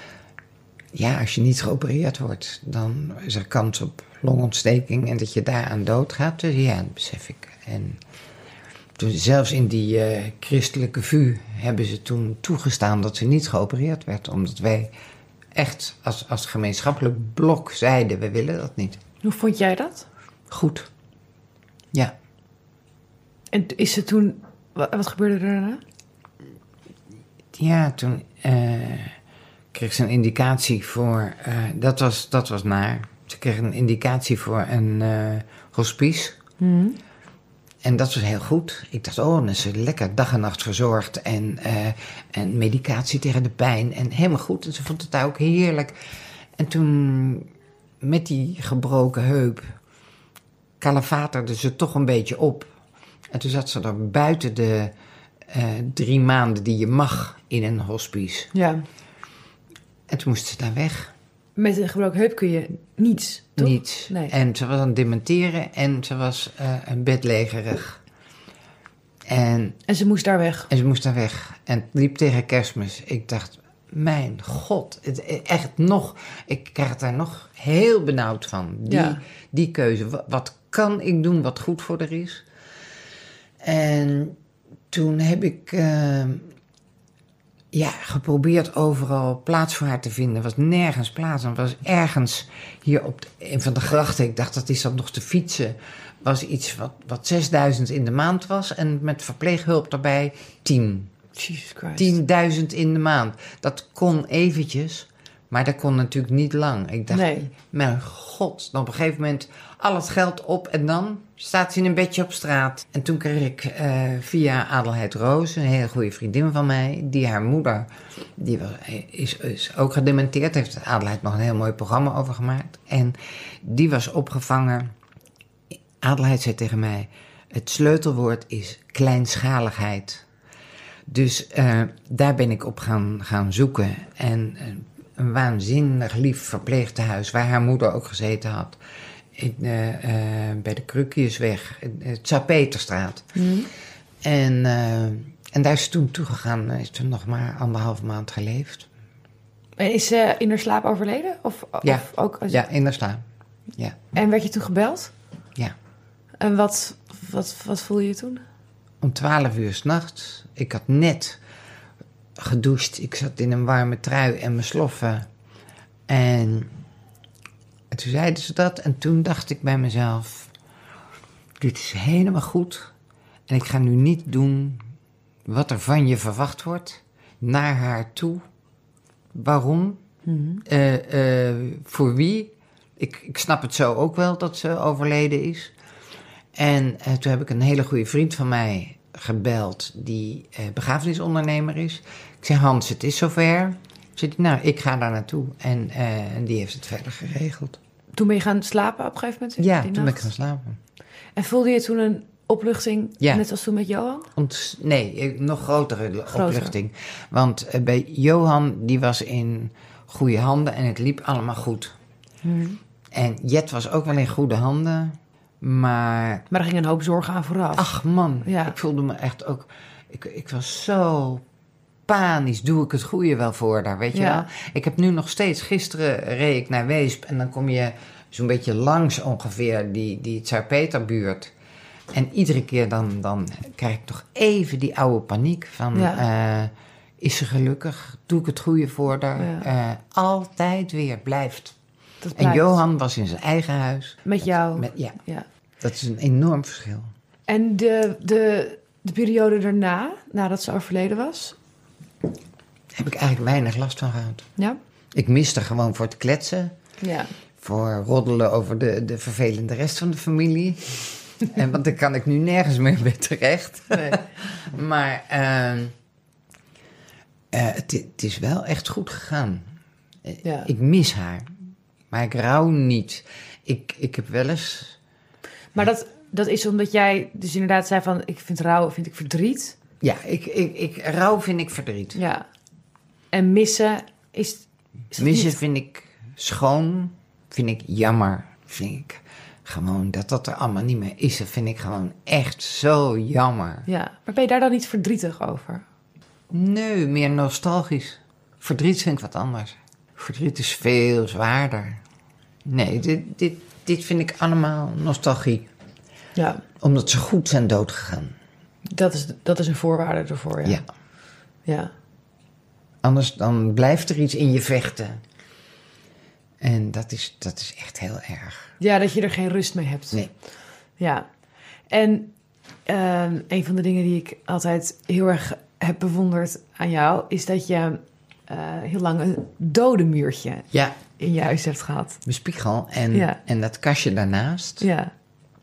ja, als je niet geopereerd wordt, dan is er kans op longontsteking en dat je daaraan doodgaat. Dus ja, dat besef ik. En toen, zelfs in die uh, christelijke V U hebben ze toen toegestaan dat ze niet geopereerd werd, omdat wij echt als, als gemeenschappelijk blok zeiden, we willen dat niet.
Hoe vond jij dat?
Goed. Ja.
En is ze toen, wat gebeurde er daarna?
Ja, toen uh, kreeg ze een indicatie voor, uh, dat, was, dat was naar. Ze kreeg een indicatie voor een uh, hospice. Mm-hmm. En dat was heel goed. Ik dacht, oh, dan is ze lekker dag en nacht verzorgd. En, uh, en medicatie tegen de pijn. En helemaal goed. En ze vond het daar ook heerlijk. En toen, met die gebroken heup, kalafaterde ze toch een beetje op. En toen zat ze er buiten de uh, drie maanden die je mag in een hospice.
Ja.
En toen moest ze daar weg.
Met een gebroken heup kun je niets, toch?
Niets.
Nee.
En ze was aan het dementeren en ze was uh, een bedlegerig. En,
en ze moest daar weg?
En ze moest daar weg. En het liep tegen Kerstmis. Ik dacht, mijn god, het, echt nog, ik krijg het daar nog heel benauwd van. Die, ja. die keuze, wat, wat kan ik doen wat goed voor haar is? En toen heb ik uh, ja, geprobeerd overal plaats voor haar te vinden. Er was nergens plaats. Er was ergens hier op de, een van de grachten, ik dacht dat is dan nog te fietsen, was iets wat, wat zesduizend in de maand was. En met verpleeghulp daarbij tien.
Jesus Christ.
tienduizend in de maand. Dat kon eventjes, maar dat kon natuurlijk niet lang. Ik dacht,
nee.
mijn god, dan op een gegeven moment al het geld op en dan staat ze in een bedje op straat. En toen kreeg ik uh, via Adelheid Roos, een hele goede vriendin van mij, die haar moeder, die was, is, is ook gedementeerd, heeft Adelheid nog een heel mooi programma over gemaakt. En die was opgevangen. Adelheid zei tegen mij, het sleutelwoord is kleinschaligheid. Dus uh, daar ben ik op gaan, gaan zoeken. En uh, een waanzinnig lief verpleegtehuis, waar haar moeder ook gezeten had. In, uh, uh, bij de Krukjesweg, het Tsaar-Peterstraat. Mm. En, uh, en daar is ze toen toegegaan, is toen nog maar anderhalf maand geleefd.
En is ze in haar slaap overleden? Of,
ja,
of ook als...
ja, in haar slaap. Ja.
En werd je toen gebeld?
Ja.
En wat, wat, wat voelde je toen?
Om twaalf uur 's nachts. Ik had net gedoucht. Ik zat in een warme trui en mijn sloffen. En, en toen zeiden ze dat. En toen dacht ik bij mezelf, dit is helemaal goed. En ik ga nu niet doen wat er van je verwacht wordt. Naar haar toe. Waarom? Mm-hmm. Uh, uh, voor wie? Ik, ik snap het zo ook wel dat ze overleden is. En uh, toen heb ik een hele goede vriend van mij gebeld, die uh, begrafenisondernemer is. Ik zei, Hans, het is zover. Zei hij, nou, ik ga daar naartoe. En, uh, en die heeft het verder geregeld.
Toen ben je gaan slapen op een gegeven moment?
Ja, toen nacht? ben ik gaan slapen.
En voelde je toen een opluchting,
Ja.
net als toen met Johan?
Ont, nee, nog grotere
Groter.
opluchting. Want uh, bij Johan, die was in goede handen en het liep allemaal goed.
Hmm.
En Jet was ook wel in goede handen, maar...
Maar er ging een hoop zorgen aan vooraf.
Ach man,
Ja.
ik voelde me echt ook... Ik, ik was zo panisch, doe ik het goede wel voor daar, weet je
Ja.
wel? Ik heb nu nog steeds, gisteren reed ik naar Weesp en dan kom je zo'n beetje langs ongeveer die, die Tsaar-Peterbuurt. En iedere keer dan, dan krijg ik toch even die oude paniek van...
Ja.
Uh, is ze gelukkig? Doe ik het goede voor haar?
Ja.
Uh, altijd weer, blijft.
Dat
En
blijft.
Johan was in zijn eigen huis.
Met jou?
Met, ja,
ja.
dat is een enorm verschil.
En de, de, de periode daarna, nadat ze overleden was?
Heb ik eigenlijk weinig last van gehad.
Ja?
Ik miste gewoon voor het kletsen.
Ja.
Voor roddelen over de, de vervelende rest van de familie. En want daar kan ik nu nergens meer mee terecht.
Nee.
Maar uh, uh, het, het is wel echt goed gegaan.
Ja.
Ik mis haar. Maar ik rouw niet. Ik, ik heb wel eens...
Maar dat, dat is omdat jij dus inderdaad zei van... ik vind rouw, vind ik verdriet.
Ja, ik, ik, ik, rouw vind ik verdriet.
Ja. En missen is... is dat
missen
niet?
vind ik schoon. Vind ik jammer. Vind ik gewoon dat dat er allemaal niet meer is. Dat vind ik gewoon echt zo jammer.
Ja. Maar ben je daar dan niet verdrietig over?
Nee, meer nostalgisch. Verdriet vind ik wat anders. Verdriet is veel zwaarder. Nee, dit, dit, dit vind ik allemaal nostalgie.
Ja.
Omdat ze goed zijn doodgegaan.
Dat is, dat is een voorwaarde ervoor, ja.
Ja.
Ja.
Anders dan blijft er iets in je vechten. En dat is, dat is echt heel erg.
Ja, dat je er geen rust mee hebt.
Nee.
Ja. En uh, een van de dingen die ik altijd heel erg heb bewonderd aan jou... is dat je uh, heel lang een dodenmuurtje
Ja.
in je huis hebt gehad.
Mijn spiegel en,
Ja.
en dat kastje daarnaast.
Ja.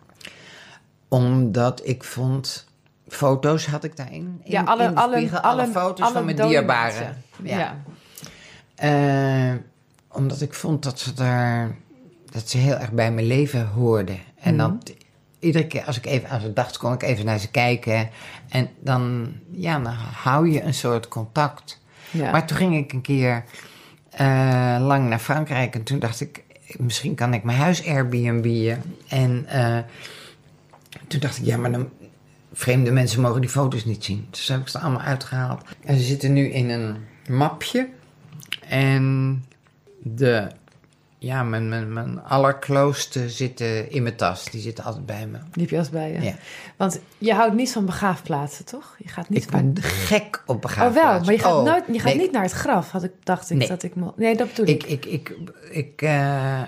Omdat ik vond... Foto's had ik daarin. In,
Ja, alle,
in de
alle,
spiegel,
alle,
alle foto's
alle
van mijn
dode
dierbaren.
mensen. Ja.
Ja. Uh, omdat ik vond dat ze daar... dat ze heel erg bij mijn leven hoorden. En
Mm-hmm.
dat... Iedere keer als ik even aan ze dacht, kon ik even naar ze kijken. En dan, ja, dan hou je een soort contact.
Ja.
Maar toen ging ik een keer uh, lang naar Frankrijk. En toen dacht ik, misschien kan ik mijn huis Airbnb'en. En uh, toen dacht ik, ja, maar dan... vreemde mensen mogen die foto's niet zien. Dus heb ik ze allemaal uitgehaald. En ze zitten nu in een mapje. En de... Ja, mijn, mijn, mijn allerklooste zitten in mijn tas. Die zitten altijd bij me.
Die heb je als bij je.
Ja.
Want je houdt niet van begraafplaatsen, toch? Je gaat niet
Ik ben gek op
Oh
begraafplaatsen.
wel, maar je gaat,
oh,
nooit, je gaat
nee.
niet naar het graf, had ik, dacht ik.
Nee.
Dat ik mo- nee, dat bedoel ik.
Ik, ik, ik, ik uh,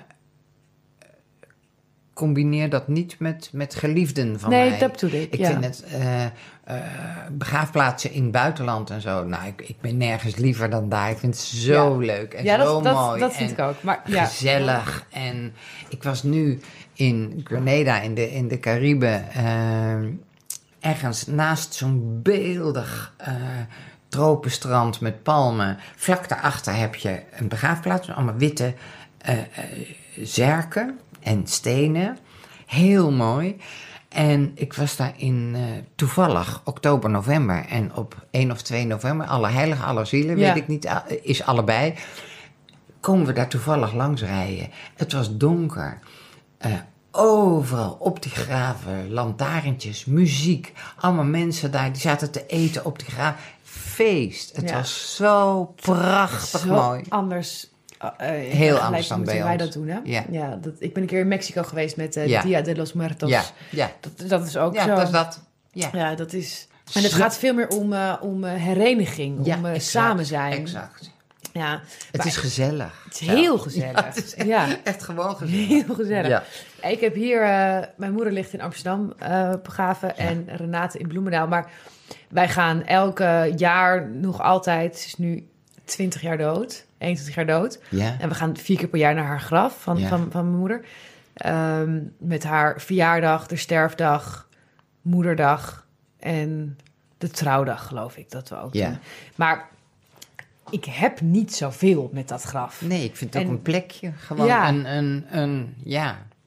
combineer dat niet met, met geliefden van
nee,
mij.
dat bedoel ik,
Ik
ja.
vind het... Uh, uh, begraafplaatsen in het buitenland en zo. Nou, ik, ik ben nergens liever dan daar. Ik vind het zo
Ja.
leuk en
Ja,
zo
dat,
mooi.
dat, dat vind
en
ik ook. Maar, ja.
gezellig. En ik was nu in Grenada, in de, in de Cariben... Uh, ergens naast zo'n beeldig uh, tropenstrand met palmen. Vlak daarachter heb je een begraafplaats met allemaal witte uh, uh, zerken en stenen. Heel mooi. En ik was daar in uh, toevallig oktober, november. En op één of twee november, Allerheiligen, Allerzielen,
Ja.
weet ik niet, uh, is allebei. Komen we daar toevallig langs rijden. Het was donker. Uh, Overal op die graven, lantaarntjes, muziek. Allemaal mensen daar, die zaten te eten op die graven. Feest. Het
Ja.
was zo prachtig
Zo
mooi.
anders. Uh,
Heel anders dan bij
wij
ons.
dat doen, hè?
Ja.
Ja, dat, ik ben een keer in Mexico geweest met uh,
Ja.
Dia de los Muertos.
Ja, ja.
Dat, dat is ook
Ja,
zo.
dat is dat. Ja,
Ja, dat is... En het
Zo-
gaat veel meer om, uh, om uh, hereniging,
Ja,
om uh,
exact,
samen zijn.
Exact.
Ja,
Het
maar
is gezellig.
het is heel
Ja,
gezellig.
het is echt,
Ja.
echt gewoon gezellig.
Heel gezellig.
Ja.
Ik heb hier... Uh, mijn moeder ligt in Amsterdam uh, begraven en Renate in Bloemendaal. Maar wij gaan elke jaar nog altijd... Ze is nu twintig jaar dood. eenentwintig jaar dood.
Ja.
En we gaan vier keer per jaar naar haar graf van,
Ja.
van, van mijn moeder. Um, met haar verjaardag, de sterfdag, moederdag en de trouwdag, geloof ik, dat we ook
Ja.
doen. Maar ik heb niet zoveel met dat graf.
Nee, ik vind het ook
En-
een plekje. Gewoon
Ja.
een, een, een, ja.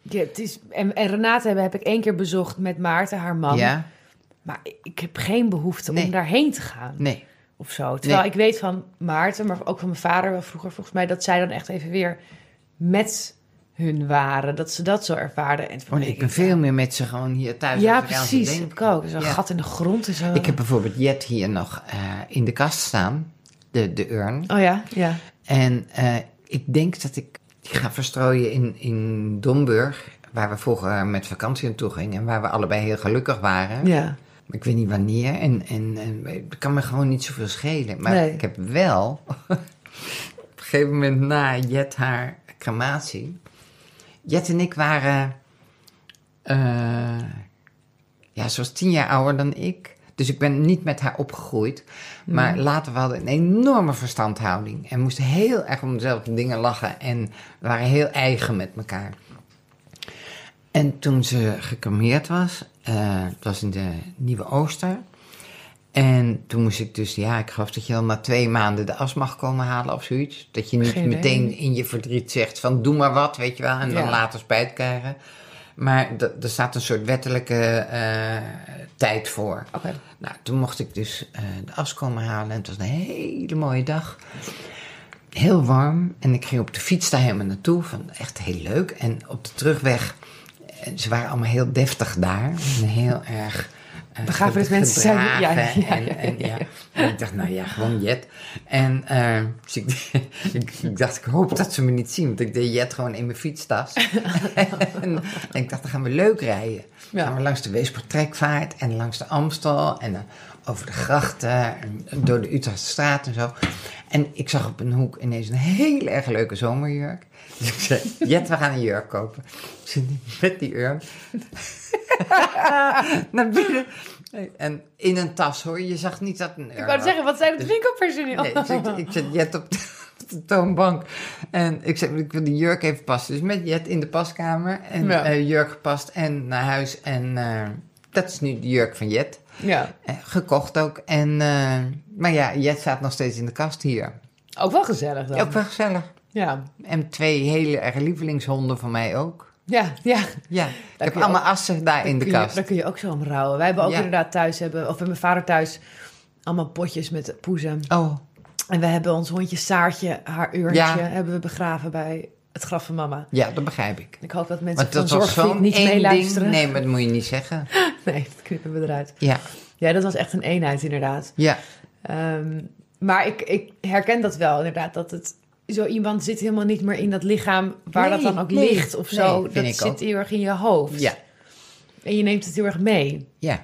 Ja, het is, en, en Renate heb, heb ik één keer bezocht met Maarten, haar man.
Ja.
Maar ik heb geen behoefte
nee.
om daarheen te gaan.
Nee.
Of zo. Terwijl
nee.
ik weet van Maarten, maar ook van mijn vader wel vroeger volgens mij, dat zij dan echt even weer met hun waren. Dat ze dat zo ervaarden. En
oh, nee, ik ben ik, veel ja. meer met ze gewoon hier thuis.
Ja, precies. Ik ook. Zo'n
ja.
gat in de grond. En zo.
Ik heb bijvoorbeeld Jet hier nog uh, in de kast staan. De, de urn.
Oh ja? Ja.
En uh, ik denk dat ik die ga verstrooien in, in Domburg, waar we vroeger met vakantie naartoe gingen en waar we allebei heel gelukkig waren.
Ja.
Maar ik weet niet wanneer en, en, en het kan me gewoon niet zoveel schelen. Maar nee. ik heb wel op een gegeven moment na Jet haar crematie. Jet en ik waren uh, ja, ze was tien jaar ouder dan ik. Dus ik ben niet met haar opgegroeid. Maar mm. later we hadden een enorme verstandhouding. En moesten heel erg om dezelfde dingen lachen. En we waren heel eigen met elkaar. En toen ze gecremeerd was, uh, het was in de Nieuwe Ooster. En toen moest ik dus, ja, ik geloof dat je dan na twee maanden de as mag komen halen of zoiets. Dat je niet Geen meteen idee. in je verdriet zegt van doe maar wat, weet je wel. En ja. dan later spijt krijgen. Maar d- er staat een soort wettelijke uh, tijd voor.
Okay.
Nou, toen mocht ik dus uh, de as komen halen. En het was een hele mooie dag. Heel warm. En ik ging op de fiets daar helemaal naartoe. Van, echt heel leuk. En op de terugweg, ze waren allemaal heel deftig daar. En heel erg... Uh,
begrafenismensen zijn... Ja, ja, ja,
en, en, ja. en ik dacht, nou ja, gewoon Jet. En uh, dus ik, ik, ik dacht, ik hoop dat ze me niet zien. Want ik deed Jet gewoon in mijn fietstas. en, en ik dacht, dan gaan we leuk rijden. Dan ja. gaan we langs de Weespertrekvaart en langs de Amstel. En uh, over de grachten, en door de Utrechtse straat en zo. En ik zag op een hoek ineens een hele erg leuke zomerjurk. Dus ik zei, Jet, we gaan een jurk kopen. Ik zei, met die urn. Naar binnen. En in een tas, hoor. Je zag niet dat een urn.
Ik wou zeggen, wat zijn het winkelpersoneel?
Nee, dus ik, ik zet Jet op de, op de toonbank. En ik zei, ik wil die jurk even passen. Dus met Jet in de paskamer. En ja. uh, jurk gepast en naar huis. En uh, dat is nu de jurk van Jet.
Ja.
Uh, gekocht ook. En, uh, maar ja, Jet staat nog steeds in de kast hier.
Ook wel gezellig dan.
Ook wel gezellig.
Ja.
En twee hele erg lievelingshonden van mij ook.
Ja, ja.
ja. Ik heb allemaal ook, assen daar in de kast.
Je, daar kun je ook zo om rouwen. Wij hebben ook ja. inderdaad thuis, hebben, of bij mijn vader thuis, allemaal potjes met poezen.
Oh.
En we hebben ons hondje Saartje, haar urntje, ja. hebben we begraven bij het graf van mama.
Ja, dat begrijp ik.
Ik hoop dat mensen
Want
van Zorgvliet niet meeluisteren.
Nee, maar dat moet je niet zeggen.
Nee, dat knippen we eruit.
Ja.
Ja, dat was echt een eenheid inderdaad.
Ja.
Um, maar ik, ik herken dat wel inderdaad, dat het... Zo iemand zit helemaal niet meer in dat lichaam waar nee, dat dan ook nee, ligt of zo.
Nee,
dat zit ook. heel erg in je hoofd.
Ja.
En je neemt het heel erg mee.
Ja.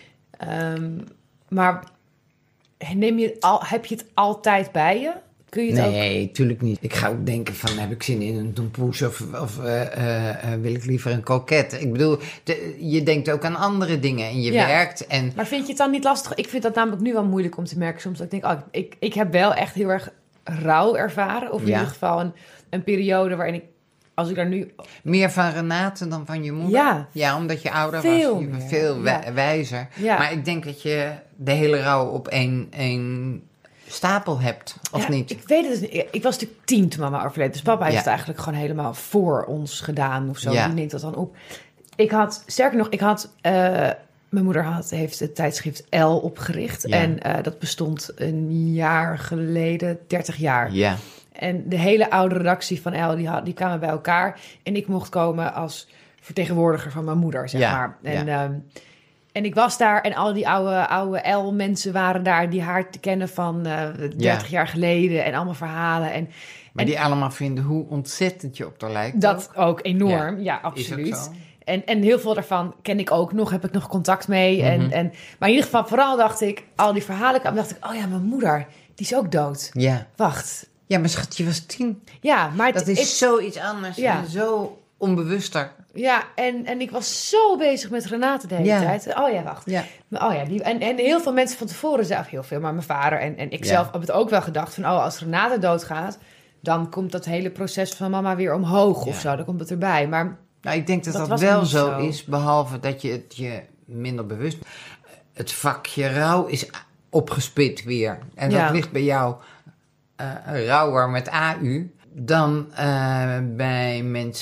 Um, maar neem je het al, heb je het altijd bij je? Kun je het
nee,
ook...
tuurlijk niet. Ik ga ook denken van, heb ik zin in een tompoes of, of uh, uh, wil ik liever een kroket? Ik bedoel, de, je denkt ook aan andere dingen en je ja. werkt. En...
Maar vind je het dan niet lastig? Ik vind dat namelijk nu wel moeilijk om te merken soms. Dat ik denk, oh, ik, ik heb wel echt heel erg... rouw ervaren, of in ja. ieder geval een, een periode waarin ik, als ik daar nu...
Meer van Renate dan van je moeder?
Ja.
Ja, omdat je ouder
veel
was, je
meer.
veel wij- ja. wijzer.
Ja.
Maar ik denk dat je de hele rouw op één, één stapel hebt, of
ja,
niet?
Ik weet het niet. Ik was natuurlijk tien toen mama overleed, dus papa heeft
ja.
het eigenlijk gewoon helemaal voor ons gedaan, of zo.
Ja.
Die neemt dat dan op. Ik had, sterker nog, ik had... Uh, Mijn moeder had, heeft het tijdschrift Elle opgericht. Ja. En uh, dat bestond een jaar geleden, dertig jaar.
Ja.
En de hele oude redactie van Elle, die, had, die kwamen bij elkaar. En ik mocht komen als vertegenwoordiger van mijn moeder, zeg ja. maar. En, ja. um, en ik was daar en al die oude, oude Elle-mensen waren daar... die haar te kennen van uh, dertig ja. jaar geleden en allemaal verhalen. En,
maar
en,
die allemaal vinden hoe ontzettend je op haar lijkt.
Dat ook, ook enorm, ja, ja absoluut. En, en heel veel daarvan ken ik ook nog, heb ik nog contact mee. Mm-hmm. En, en, maar in ieder geval, vooral dacht ik, al die verhalen kwamen, dacht ik, oh ja, mijn moeder, die is ook dood.
Ja.
Wacht.
Ja, maar schat, je was tien.
Ja, maar...
Dat is het, zoiets anders ja. en zo onbewuster.
Ja, en, en ik was zo bezig met Renate de hele ja. tijd. Oh ja, wacht.
Ja.
Oh ja, die, en, en heel veel mensen van tevoren, zelf heel veel, maar mijn vader en, en ik ja. zelf heb het ook wel gedacht van, oh, als Renate doodgaat, dan komt dat hele proces van mama weer omhoog ja. of zo. Dan komt het erbij, maar...
Nou, ik denk dat dat, dat wel zo, zo is, behalve dat je het je minder bewust... Het vakje rouw is opgespit weer. En ja. dat ligt bij jou uh, rauwer met A U dan uh, bij mensen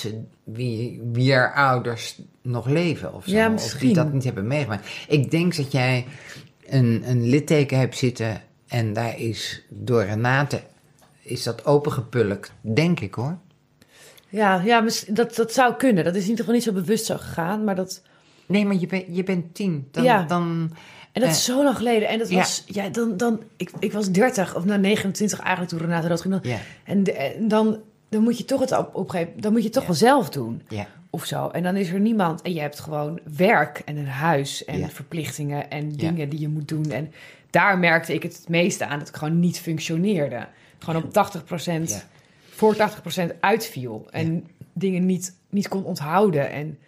wie, wie er ouders nog leven of zo.
Ja,
of die dat niet hebben meegemaakt. Ik denk dat jij een, een litteken hebt zitten en daar is door Renate is dat opengepulkt, denk ik hoor.
Ja, ja dat, dat zou kunnen. Dat is in ieder geval niet zo bewust zo gegaan, maar dat...
Nee, maar je, ben, je bent tien. Dan,
ja.
dan,
en dat is zo lang geleden. En dat was, ja, ja dan, dan, ik, ik was dertig, of nou negenentwintig eigenlijk toen Renate dood ging. Dan,
ja. En,
de, en dan, dan moet je toch het op, opgeven, dan moet je het toch ja. wel zelf doen.
Ja.
Of zo. En dan is er niemand. En je hebt gewoon werk en een huis en ja. verplichtingen en dingen ja. die je moet doen. En daar merkte ik het het meeste aan, dat ik gewoon niet functioneerde. Gewoon op tachtig procent, ja. voor tachtig procent uitviel. En ja. dingen niet, niet kon onthouden. En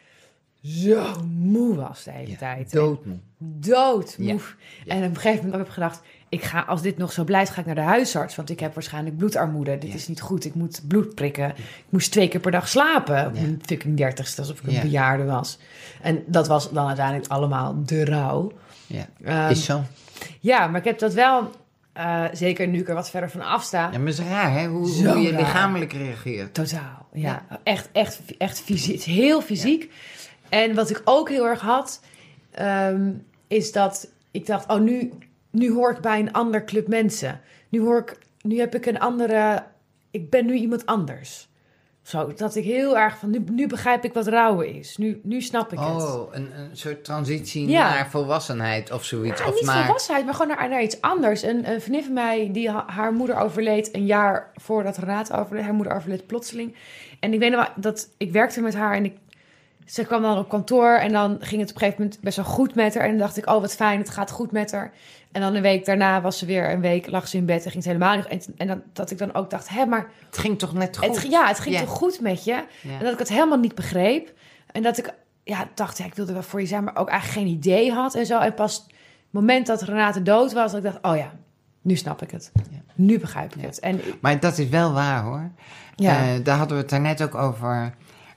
zo moe was de hele ja. tijd.
Doodmoe.
Doodmoe. Ja.
Ja.
En op een gegeven moment heb ik gedacht, ik ga, als dit nog zo blijft, ga ik naar de huisarts. Want ik heb waarschijnlijk bloedarmoede. Dit ja. is niet goed. Ik moet bloed prikken. Ja. Ik moest twee keer per dag slapen. Op mijn ja. fucking dertigste, alsof ik een ja. bejaarde was. En dat was dan uiteindelijk allemaal de rouw.
Ja, um, is zo.
Ja, maar ik heb dat wel... Uh, zeker nu ik er wat verder van afsta.
Ja, maar het is raar, hè? Hoe, hoe je raar. lichamelijk reageert.
Totaal, ja. ja. Echt, echt, echt fysiek. Het is heel fysiek. Ja. En wat ik ook heel erg had... Um, is dat ik dacht... Oh, nu, nu hoor ik bij een ander club mensen. Nu, hoor ik, nu heb ik een andere... Ik ben nu iemand anders. Zo, dat ik heel erg van... Nu, nu begrijp ik wat rouwen is. Nu, nu snap ik
oh,
het.
Oh, een, een soort transitie ja. naar volwassenheid of zoiets.
Ja,
of
niet
naar...
volwassenheid, maar gewoon naar, naar iets anders. Een, een vriendin van mij, die ha, haar moeder overleed... een jaar voordat Renate overleed. Haar moeder overleed plotseling. En ik weet nog dat ik werkte met haar... en ik, ze kwam dan op kantoor... en dan ging het op een gegeven moment best wel goed met haar. En dan dacht ik, oh wat fijn, het gaat goed met haar. En dan een week daarna was ze weer een week... lag ze in bed en ging het helemaal niet... En, en dan, dat ik dan ook dacht, hé, maar...
Het ging toch net goed?
Het, ja, het ging
ja.
toch goed met je? Ja. En dat ik het helemaal niet begreep. En dat ik ja, dacht, ja, ik wilde wel voor je zijn... maar ook eigenlijk geen idee had en zo. En pas het moment dat Renate dood was... dat ik dacht, oh ja, nu snap ik het. Ja. Nu begrijp ik ja. het. En,
maar dat is wel waar, hoor. Ja. Uh, daar hadden we het daarnet ook over...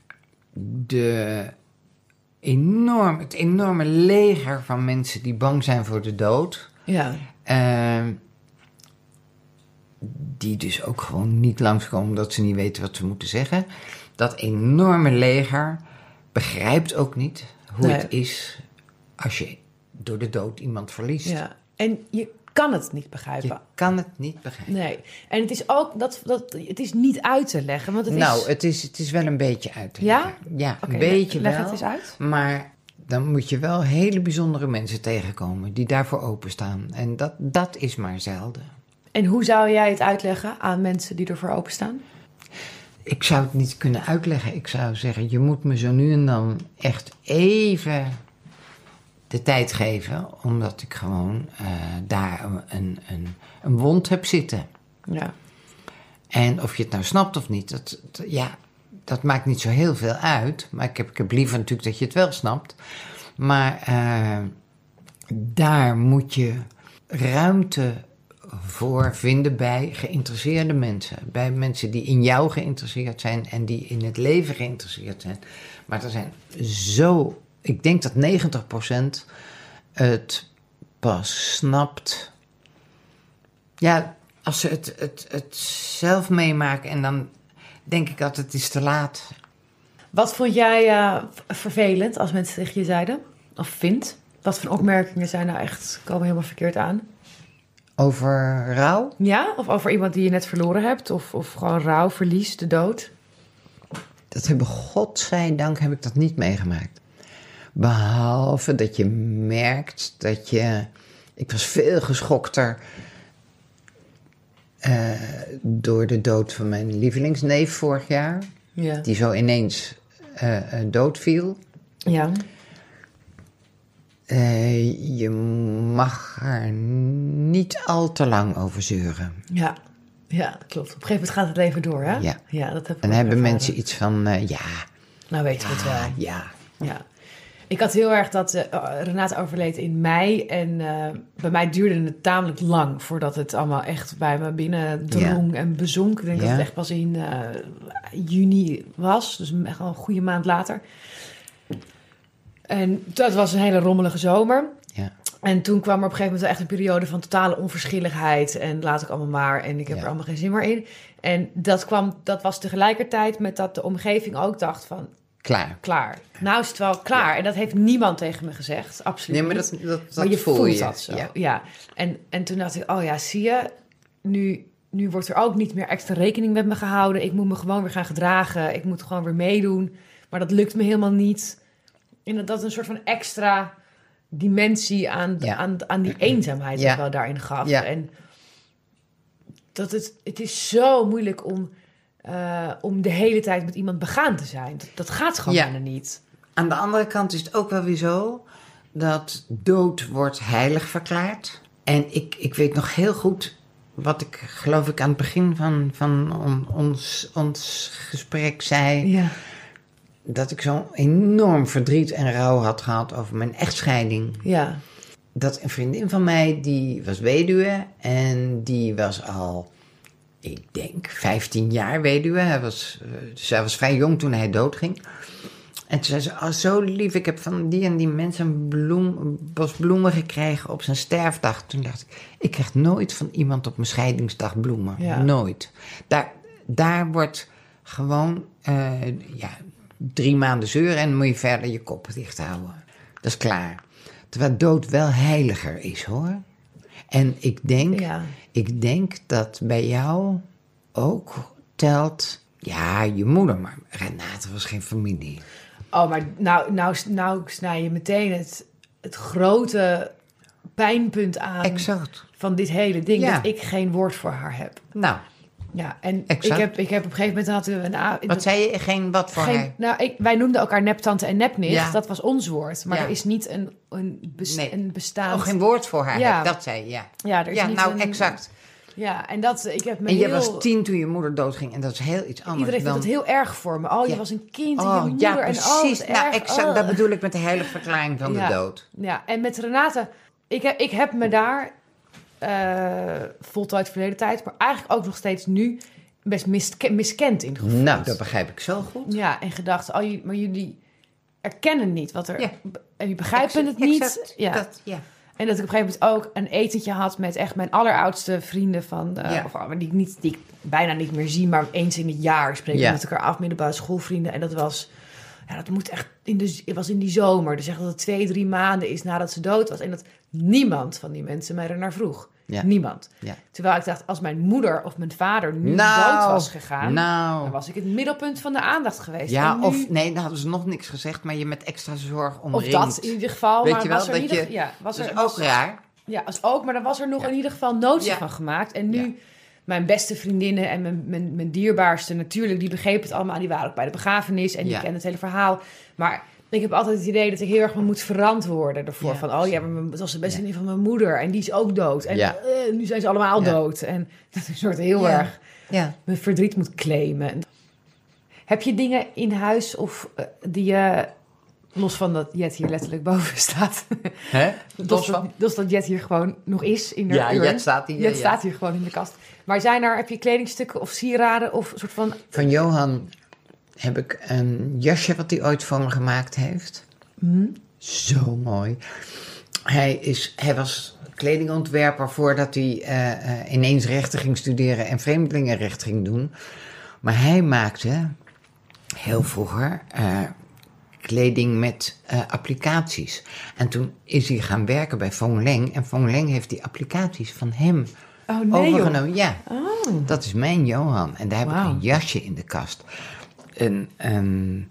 de... Enorm, het enorme leger van mensen die bang zijn voor de dood.
Ja.
Uh, die dus ook gewoon niet langskomen omdat ze niet weten wat ze moeten zeggen. Dat enorme leger begrijpt ook niet hoe nee. het is als je door de dood iemand verliest.
Ja. En je kan het niet begrijpen.
Je kan het niet begrijpen.
Nee. En het is ook dat, dat het is niet uit te leggen. Want het
nou,
is...
het is, het is wel een beetje uit te
ja?
leggen. Ja,
okay,
een beetje
leg
wel.
Het eens uit.
Maar dan moet je wel hele bijzondere mensen tegenkomen die daarvoor openstaan. En dat, dat is maar zelden.
En hoe zou jij het uitleggen aan mensen die ervoor openstaan?
Ik zou het niet kunnen uitleggen. Ik zou zeggen, je moet me zo nu en dan echt even de tijd geven, omdat ik gewoon uh, daar een, een, een wond heb zitten.
Ja.
En of je het nou snapt of niet, dat, dat, ja, dat maakt niet zo heel veel uit. Maar ik heb, ik heb liever natuurlijk dat je het wel snapt. Maar uh, daar moet je ruimte voor vinden bij geïnteresseerde mensen. Bij mensen die in jou geïnteresseerd zijn en die in het leven geïnteresseerd zijn. Maar er zijn zo... Ik denk dat negentig procent het pas snapt. Ja, als ze het, het, het zelf meemaken en dan denk ik dat het is te laat.
Wat vond jij uh, vervelend als mensen tegen je zeiden? Of vindt? Wat voor opmerkingen zijn nou echt, komen helemaal verkeerd aan?
Over rouw?
Ja, of over iemand die je net verloren hebt. Of, of gewoon rouw, verlies, de dood.
Dat hebben, godzijdank heb ik dat niet meegemaakt. Behalve dat je merkt dat je... Ik was veel geschokter uh, door de dood van mijn lievelingsneef vorig jaar. Ja. Die zo ineens uh, uh, doodviel.
Ja.
Uh, je mag er niet al te lang over zeuren.
Ja, ja, dat klopt. Op een gegeven moment gaat het leven door, hè?
Ja.
Ja, dat heb ik
en dan hebben ervaren. Mensen iets van, uh, ja...
Nou weten we
ja,
het wel.
Ja,
ja. Ik had heel erg dat... Uh, Renate overleed in mei. En uh, bij mij duurde het tamelijk lang voordat het allemaal echt bij me binnen drong ja. en bezonk. Ik denk ja. dat het echt pas in uh, juni was. Dus echt al een goede maand later. En dat was een hele rommelige zomer.
Ja.
En toen kwam er op een gegeven moment echt een periode van totale onverschilligheid. En laat ik allemaal maar. En ik heb ja. er allemaal geen zin meer in. En dat, kwam, dat was tegelijkertijd met dat de omgeving ook dacht van...
Klaar.
Klaar. Nou is het wel klaar. Ja. En dat heeft niemand tegen me gezegd. Absoluut
nee, maar
niet.
Dat, dat, dat
maar je
voel
voelt
je.
dat zo.
Ja.
ja. En, en toen dacht ik, oh ja, zie je... Nu, nu wordt er ook niet meer extra rekening met me gehouden. Ik moet me gewoon weer gaan gedragen. Ik moet gewoon weer meedoen. Maar dat lukt me helemaal niet. En dat, dat een soort van extra dimensie aan, ja. aan, aan die eenzaamheid ja. wel daarin gaf. Ja. En dat het, het is zo moeilijk om, uh, om de hele tijd met iemand begaan te zijn. Dat, dat gaat gewoon ja. bijna niet.
Aan de andere kant is het ook wel weer zo dat dood wordt heilig verklaard. En ik, ik weet nog heel goed wat ik geloof ik aan het begin van, van on, ons, ons gesprek zei.
Ja.
Dat ik zo'n enorm verdriet en rouw had gehad over mijn echtscheiding.
Ja.
Dat een vriendin van mij, die was weduwe en die was al, ik denk, vijftien jaar weduwe. Hij was, dus hij was vrij jong toen hij doodging. En toen zei ze, oh, zo lief, ik heb van die en die mensen een, bloem, een bos bloemen gekregen op zijn sterfdag. Toen dacht ik, ik krijg nooit van iemand op mijn scheidingsdag bloemen. Ja. Nooit. Daar, daar wordt gewoon, uh, ja, drie maanden zeuren en dan moet je verder je kop dicht houden. Dat is klaar. Terwijl dood wel heiliger is, hoor. En ik denk, ja. ik denk dat bij jou ook telt, ja, je moeder, maar Renate was geen familie.
Oh, maar nou, nou, nou snij je meteen het, het grote pijnpunt aan
exact.
Van dit hele ding.
Ja.
Dat ik geen woord voor haar heb.
Nou.
Ja, en ik heb, ik heb op een gegeven moment... Had een, een,
wat dat, zei je? Geen wat voor
geen,
haar?
Nou, ik, wij noemden elkaar neptante en nepnicht. Ja. Dat was ons woord. Maar
ja.
er is niet een, een, bes,
nee.
een bestaand...
Oh, geen woord voor haar
ja.
heb, dat zei je, ja.
Ja, er is
ja
niet
nou,
een,
exact.
Ja, en dat... Ik heb me
en je
heel,
was tien toen je moeder doodging. En dat is heel iets anders.
Iedereen
dan...
vindt het heel erg voor me. Oh, je ja. was een kind en
oh,
je moeder.
Ja, precies.
En, oh,
nou,
erg,
exact.
oh.
Dat bedoel ik met de heilige verklaring van
ja.
de dood.
Ja, en met Renate... Ik heb, ik heb me daar... Uh, voltijd verleden tijd... maar eigenlijk ook nog steeds nu... best misk- miskend in gevoeld.
Nou, dat begrijp ik zo goed.
Ja, en gedacht, oh, maar jullie erkennen niet wat er...
Ja.
En jullie begrijpen
exact,
het niet.
Exact,
ja.
Dat, ja.
En dat ik op een gegeven moment ook een etentje had... met echt mijn alleroudste vrienden van... Uh,
ja.
of, die, ik niet, die ik bijna niet meer zie... maar eens in het jaar spreken we ja. met elkaar af... middelbare schoolvrienden. En dat was... Ja, dat moet echt... In de, het was in die zomer. Dus echt dat het twee, drie maanden is nadat ze dood was. En dat niemand van die mensen mij er naar vroeg. Ja. Niemand.
Ja.
Terwijl ik dacht, als mijn moeder of mijn vader nu
nou,
dood was gegaan...
Nou.
dan was ik het middelpunt van de aandacht geweest.
Ja,
nu,
of nee, dan hadden ze nog niks gezegd... maar je met extra zorg omringd.
Of dat in ieder geval.
Weet
maar
je wel,
was er
dat
ieder,
je...
ja, was
dat
er,
is ook
was,
raar.
Ja, was ook, maar er was er nog ja. in ieder geval notie ja. van gemaakt. En nu... Ja. Mijn beste vriendinnen en mijn, mijn, mijn dierbaarste natuurlijk... die begrepen het allemaal. Die waren ook bij de begrafenis en die ja. kenden het hele verhaal. Maar ik heb altijd het idee dat ik heel erg me moet verantwoorden ervoor. Ja. Van, oh ja, maar dat was de beste vriendin ja. van mijn moeder. En die is ook dood. En ja. uh, nu zijn ze allemaal ja. dood. En dat is een soort heel ja. erg... Ja. mijn verdriet moet claimen. Heb je dingen in huis of uh, die je... Los van dat Jet hier letterlijk boven staat.
Hè?
Los van? Dus dat Jet hier gewoon nog is in de
Ja,
urn.
Jet staat hier.
Jet
ja.
staat hier gewoon in de kast. Maar zijn er, heb je kledingstukken of sieraden of een soort van...
Van Johan heb ik een jasje wat hij ooit voor me gemaakt heeft.
Mm.
Zo mooi. Hij, is, hij was kledingontwerper voordat hij uh, uh, ineens rechten ging studeren en vreemdelingenrecht ging doen. Maar hij maakte heel vroeger... Uh, kleding met uh, applicaties. En toen is hij gaan werken bij Fong Leng. En Fong Leng heeft die applicaties van hem
oh, nee,
overgenomen.
Joh.
Ja,
oh.
dat is mijn Johan. En daar heb wow. ik een jasje in de kast. Een, een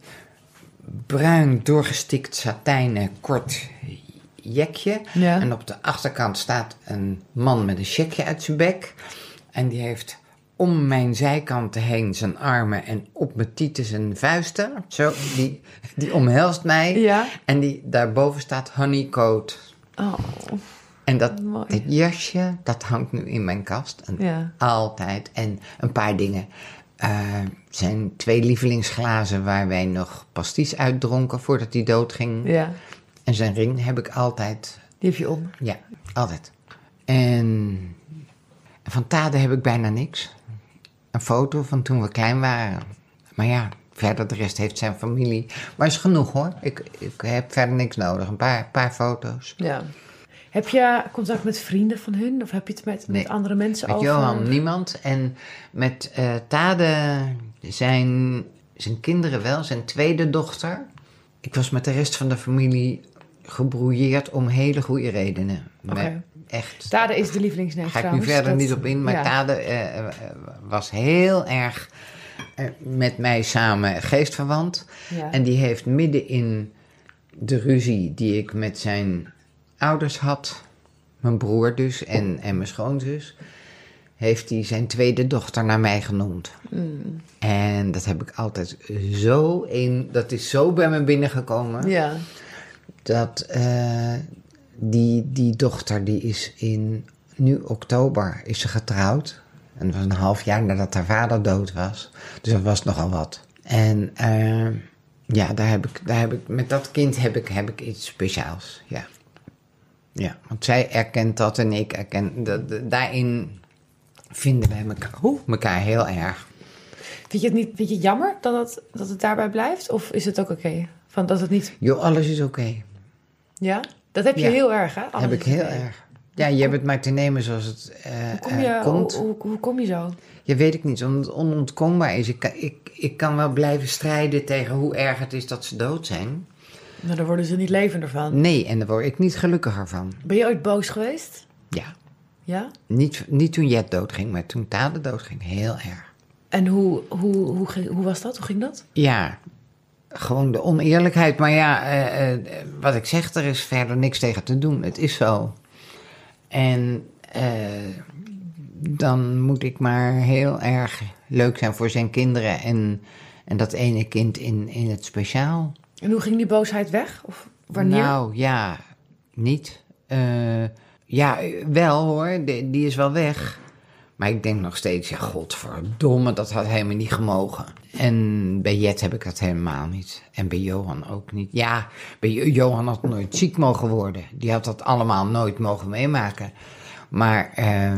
bruin doorgestikt satijnen kort jekje.
Ja.
En op de achterkant staat een man met een checkje uit zijn bek. En die heeft... om mijn zijkanten heen zijn armen en op mijn tieten zijn vuisten. Zo, die, die omhelst mij.
Ja.
En die, daarboven staat honeycoat.
Oh,
en dat, dat jasje, dat hangt nu in mijn kast. En
ja.
Altijd. En een paar dingen. Uh, zijn twee lievelingsglazen waar wij nog pasties uitdronken voordat hij doodging.
Ja.
En zijn ring heb ik altijd.
Die heb je om?
Ja, altijd. En van Tade heb ik bijna niks. Een foto van toen we klein waren. Maar ja, verder de rest heeft zijn familie. Maar is genoeg hoor. Ik, ik heb verder niks nodig. Een paar, paar foto's.
Ja. Heb je contact met vrienden van hun? Of heb je het met,
nee,
met andere mensen
met
over?
Met Johan niemand. En met uh, Tade zijn, zijn kinderen wel, zijn tweede dochter. Ik was met de rest van de familie gebrouilleerd om hele goede redenen.
Okay.
Echt.
Tade is de lievelingsneef.
Daar ga ik nu verder dat, niet op in. Maar ja. Tade uh, was heel erg uh, met mij samen geestverwant. Ja. En die heeft midden in de ruzie die ik met zijn ouders had, mijn broer dus en, en mijn schoonzus, heeft hij zijn tweede dochter naar mij genoemd. Mm. En dat heb ik altijd zo in, dat is zo bij me binnengekomen. Ja. Dat uh, die, die dochter, die is in, nu oktober, is ze getrouwd. En dat was een half jaar nadat haar vader dood was. Dus dat was nogal wat. En uh, ja, daar heb ik, daar heb ik, met dat kind heb ik, heb ik iets speciaals, ja. Ja, want zij erkent dat en ik erken... Dat, dat, daarin vinden wij elkaar, oh, elkaar heel erg.
Vind je het, niet, vind je het jammer dat het, dat het daarbij blijft? Of is het ook oké? Okay? Van dat het niet...
Jo, alles is oké. Okay.
Ja? Dat heb je
ja.
heel erg, hè? Alles
heb ik heel okay. erg. Ja, je hebt het maar te nemen zoals het uh,
hoe kom je,
uh, komt.
Hoe, hoe, hoe kom je zo?
Ja, weet ik niet. Omdat het onontkoombaar is. Ik kan, ik, ik kan wel blijven strijden tegen hoe erg het is dat ze dood zijn.
Nou, daar worden ze niet levender van.
Nee, en daar word ik niet gelukkiger van.
Ben je ooit boos geweest?
Ja.
Ja?
Niet, niet toen Jet doodging, maar toen Tade doodging. Heel erg.
En hoe, hoe, hoe, hoe, hoe was dat? Hoe ging dat?
Ja, gewoon de oneerlijkheid. Maar ja, uh, uh, wat ik zeg, er is verder niks tegen te doen. Het is zo. En uh, dan moet ik maar heel erg leuk zijn voor zijn kinderen. En, en dat ene kind in, in het speciaal.
En hoe ging die boosheid weg? Of wanneer?
Nou, ja, niet. Uh, ja, wel hoor, die, die is wel weg. Maar ik denk nog steeds, ja, godverdomme, dat had helemaal niet gemogen. En bij Jet heb ik dat helemaal niet. En bij Johan ook niet. Ja, bij Johan had nooit ziek mogen worden. Die had dat allemaal nooit mogen meemaken. Maar... Uh,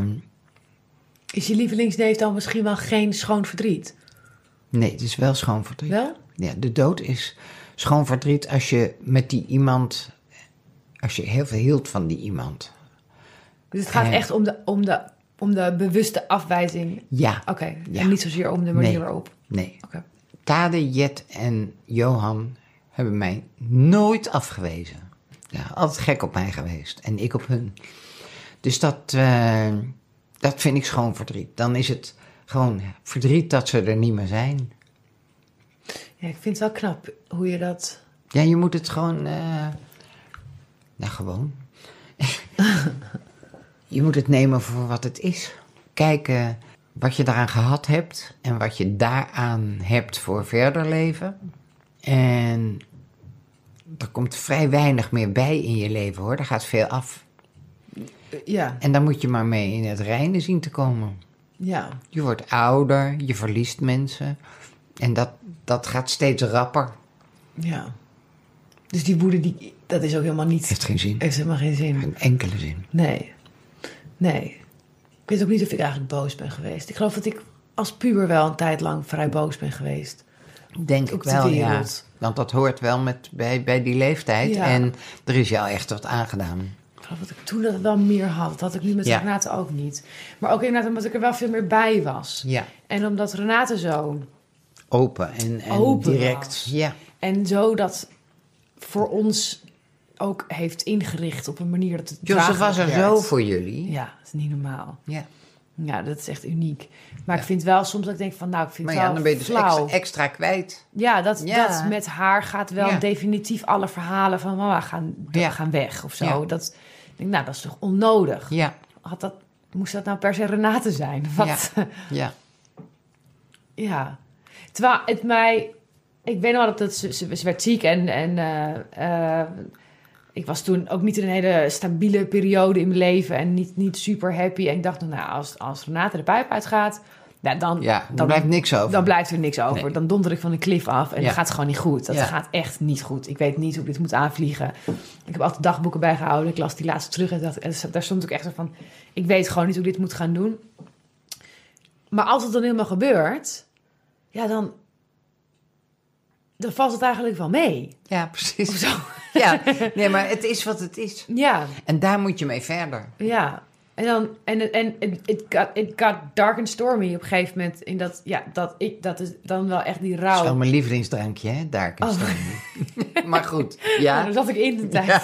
is je lievelingsneef dan misschien wel geen schoon verdriet?
Nee, het is wel schoon verdriet.
Wel?
Ja, de dood is schoon verdriet als je met die iemand... als je heel veel hield van die iemand.
Dus het gaat en, echt om de, om, de, om de bewuste afwijzing?
Ja.
Oké, okay.
Ja.
En niet zozeer om de manier
nee.
waarop?
Nee.
Okay.
Tade, Jet en Johan hebben mij nooit afgewezen. Ja, altijd gek op mij geweest. En ik op hun. Dus dat, uh, dat vind ik schoon verdriet. Dan is het gewoon verdriet dat ze er niet meer zijn.
Ja, ik vind het wel knap hoe je dat...
Ja, je moet het gewoon... Uh, nou, gewoon. Je moet het nemen voor wat het is. Kijken wat je daaraan gehad hebt en wat je daaraan hebt voor verder leven. En er komt vrij weinig meer bij in je leven, hoor. Er gaat veel af.
Ja.
En daar moet je maar mee in het reine zien te komen.
Ja.
Je wordt ouder, je verliest mensen. En dat, dat gaat steeds rapper.
Ja. Dus die woede, die, dat is ook helemaal niet...
Heeft geen zin.
Heeft helemaal geen zin.
Geen enkele zin.
Nee. Nee. Ik weet ook niet of ik eigenlijk boos ben geweest. Ik geloof dat ik als puber wel een tijd lang vrij boos ben geweest.
Denk ik wel, ja. Want dat hoort wel met, bij, bij die leeftijd. Ja. En er is jou echt wat aangedaan.
Ik geloof dat ik toen dat wel meer had. Dat had ik nu met ja. Renate ook niet. Maar ook inderdaad omdat ik er wel veel meer bij was.
Ja.
En omdat Renate zo...
Open en, en
open
direct.
Was.
Ja.
En zo dat voor ons ook heeft ingericht op een manier dat het
Joseph was er
werd.
zo voor jullie.
Ja, dat is niet normaal.
Ja.
Ja, dat is echt uniek. Maar ja. ik vind wel soms dat ik denk van, nou, ik vind
maar
het
ja,
wel
dan ben je dus
flauw.
extra, extra kwijt.
Ja, dat,
ja.
dat met haar gaat wel ja. definitief alle verhalen van mama gaan,
ja.
gaan weg of zo.
Ja.
Dat, ik denk, nou, dat is toch onnodig?
Ja.
Had dat, moest dat nou per se Renate zijn? Wat?
Ja. ja.
ja. Terwijl het mij... Ik weet nog dat het, ze, ze werd ziek en... en uh, uh, ik was toen ook niet in een hele stabiele periode in mijn leven en niet, niet super happy. En ik dacht, nou, als, als Renate de pijp uitgaat, nou, dan,
ja, dan,
dan
blijft niks over.
Dan blijft er niks over. Nee. Dan donder ik van een klif af en
ja.
dan gaat het gewoon niet goed. Dat ja. gaat echt niet goed. Ik weet niet hoe ik dit moet aanvliegen. Ik heb altijd dagboeken bijgehouden. Ik las die laatst terug en, dacht, en daar stond ook echt zo van, ik weet gewoon niet hoe ik dit moet gaan doen. Maar als het dan helemaal gebeurt, ja, dan, dan valt het eigenlijk wel mee.
Ja, precies.
Of zo.
Ja, nee, maar het is wat het is.
Ja.
En daar moet je mee verder.
Ja. En dan, en, en, en it, got, it got dark and stormy op een gegeven moment. In dat, ja, dat, ik, dat is dan wel echt die rouw.
Dat is wel mijn lievelingsdrankje, hè? Dark and stormy. Oh. Maar goed, ja.
Nou, daar zat ik in de tijd. Ja.